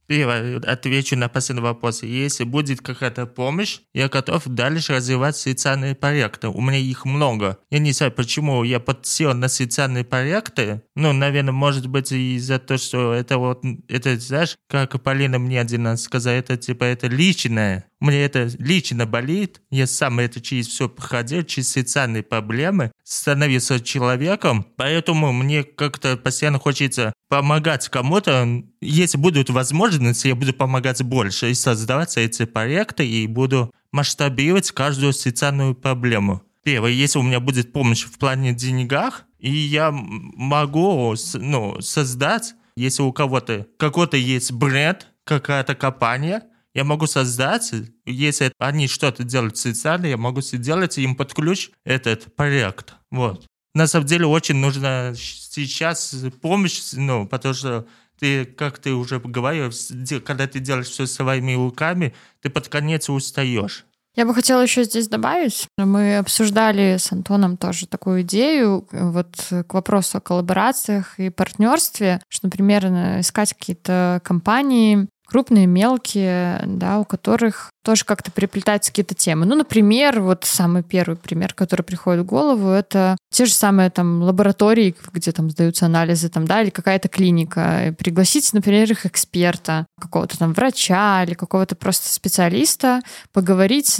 Первое, отвечу на последний вопрос. Если будет какая-то помощь, я готов дальше развивать социальные проекты. У меня их много. Я не знаю, почему я подсел на социальные проекты. Ну, наверное, может быть из-за того, что это вот, это, знаешь, как Полина мне один раз сказала, это типа, это личное. У меня это лично болит. Я сам это через все проходил, через социальные проблемы, становился человеком. Поэтому мне как-то постоянно хочется помогать кому-то. Если будут возможности, я буду помогать больше и создавать эти проекты, и буду масштабировать каждую социальную проблему. Первое, если у меня будет помощь в плане деньгах, и я могу, ну, создать, если у кого-то какой-то есть бренд, какая-то компания, я могу создать, если они что-то делают социально, я могу сделать им под ключ этот проект. Вот. На самом деле очень нужна сейчас помощь, ну, потому что ты, как ты уже говорил, когда ты делаешь все своими руками, ты под конец устаешь. Я бы хотела еще здесь добавить, мы обсуждали с Антоном тоже такую идею вот к вопросу о коллаборациях и партнерстве, что, например, искать какие-то компании, крупные, мелкие, да, у которых тоже как-то переплетаются какие-то темы. Ну, например, вот самый первый пример, который приходит в голову, это те же самые там лаборатории, где там сдаются анализы, там, да, или какая-то клиника. Пригласить, например, их эксперта, какого-то там врача или какого-то просто специалиста, поговорить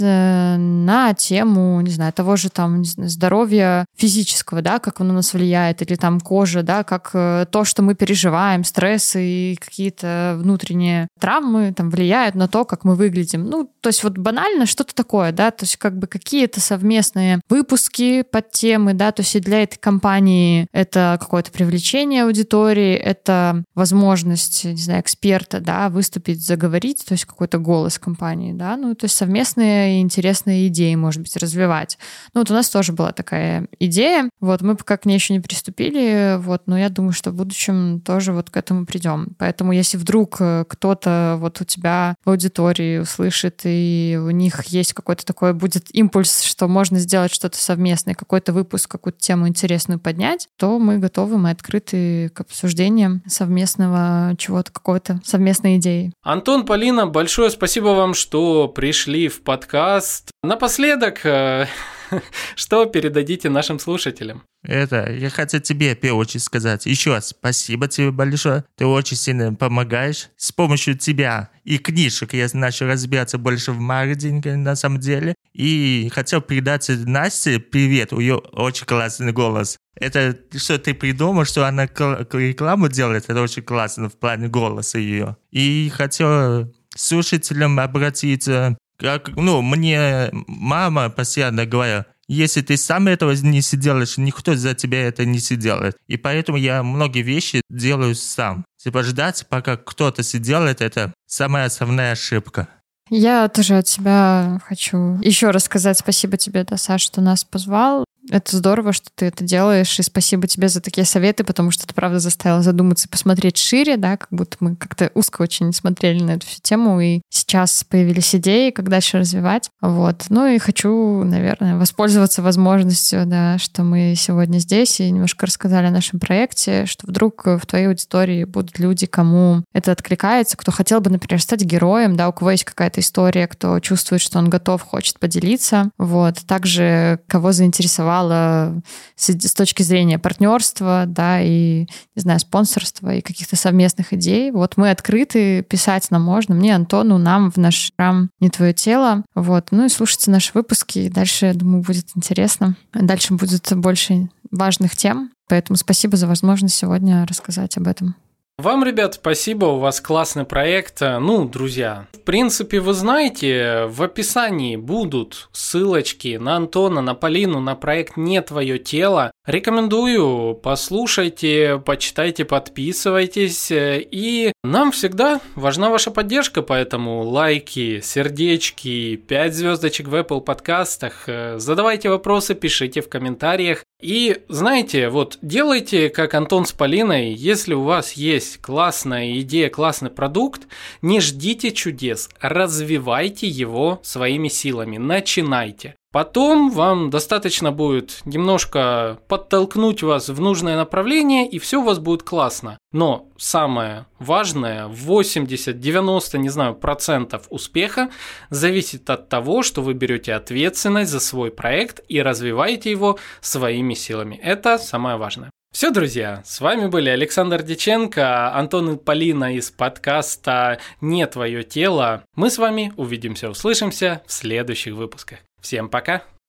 на тему, не знаю, того же там, не знаю, здоровья физического, да, как оно на нас влияет, или там кожа, да, как то, что мы переживаем, стрессы и какие-то внутренние травмы там влияют на то, как мы выглядим. Ну, то есть вот банально что-то такое, да, то есть как бы какие-то совместные выпуски под темы, да, то есть и для этой компании это какое-то привлечение аудитории, это возможность, не знаю, эксперта, да, выступить, заговорить, то есть какой-то голос компании, да, ну, то есть совместные интересные идеи, может быть, развивать. Ну, вот у нас тоже была такая идея, вот, мы пока к ней еще не приступили, вот, но я думаю, что в будущем тоже вот к этому придем. Поэтому если вдруг кто-то вот у тебя в аудитории услышит, и у них есть какой-то такой, будет импульс, что можно сделать что-то совместное, какой-то выпуск, какую-то тему интересную поднять, то мы готовы, мы открыты к обсуждениям совместного чего-то, какой-то совместной идеи. Антон, Полина, большое спасибо вам, что пришли в подкаст. Напоследок, что передадите нашим слушателям? Это, я хотел тебе, в первую очередь, сказать еще раз спасибо тебе большое. Ты очень сильно помогаешь. С помощью тебя и книжек я начал разбираться больше в маркетинге, на самом деле. И хотел передать Насте привет. У нее очень классный голос. Это что ты придумал, что она рекламу делает, это очень классно в плане голоса ее. И хотел слушателям обратиться. Как, ну, мне мама постоянно говорила, если ты сам этого не сделаешь, никто за тебя это не сделает. И поэтому я многие вещи делаю сам. Типа ждать, пока кто-то сделает, это самая основная ошибка. Я тоже от себя хочу еще раз сказать спасибо тебе, да, Саш, что нас позвал. Это здорово, что ты это делаешь, и спасибо тебе за такие советы, потому что это, правда, заставило задуматься и посмотреть шире, да, как будто мы как-то узко очень смотрели на эту всю тему, и сейчас появились идеи, как дальше развивать. Вот. Ну и хочу, наверное, воспользоваться возможностью, да, что мы сегодня здесь и немножко рассказали о нашем проекте, что вдруг в твоей аудитории будут люди, кому это откликается, кто хотел бы, например, стать героем, да, у кого есть какая-то история, кто чувствует, что он готов, хочет поделиться. Вот. Также кого заинтересовало с точки зрения партнерства, да, и, не знаю, спонсорства и каких-то совместных идей. Вот мы открыты, писать нам можно, мне, Антону, нам в наш рам «Не твое тело». Вот. Ну и слушайте наши выпуски, и дальше, я думаю, будет интересно. Дальше будет больше важных тем, поэтому спасибо за возможность сегодня рассказать об этом. Вам, ребят, спасибо, у вас классный проект. Ну, друзья, в принципе, вы знаете, в описании будут ссылочки на Антона, на Полину, на проект «Не твое тело». Рекомендую, послушайте, почитайте, подписывайтесь. И нам всегда важна ваша поддержка, поэтому лайки, сердечки, пять звездочек в Apple подкастах. Задавайте вопросы, пишите в комментариях. И знаете, вот делайте, как Антон с Полиной, если у вас есть классная идея, классный продукт, не ждите чудес, развивайте его своими силами, начинайте. Потом вам достаточно будет немножко подтолкнуть вас в нужное направление, и все у вас будет классно. Но самое важное, восемьдесят-девяносто, не знаю, процентов успеха зависит от того, что вы берете ответственность за свой проект и развиваете его своими силами. Это самое важное. Все, друзья, с вами были Александр Дьяченко, Антон и Полина из подкаста «Не твое тело». Мы с вами увидимся, услышимся в следующих выпусках. Всем пока!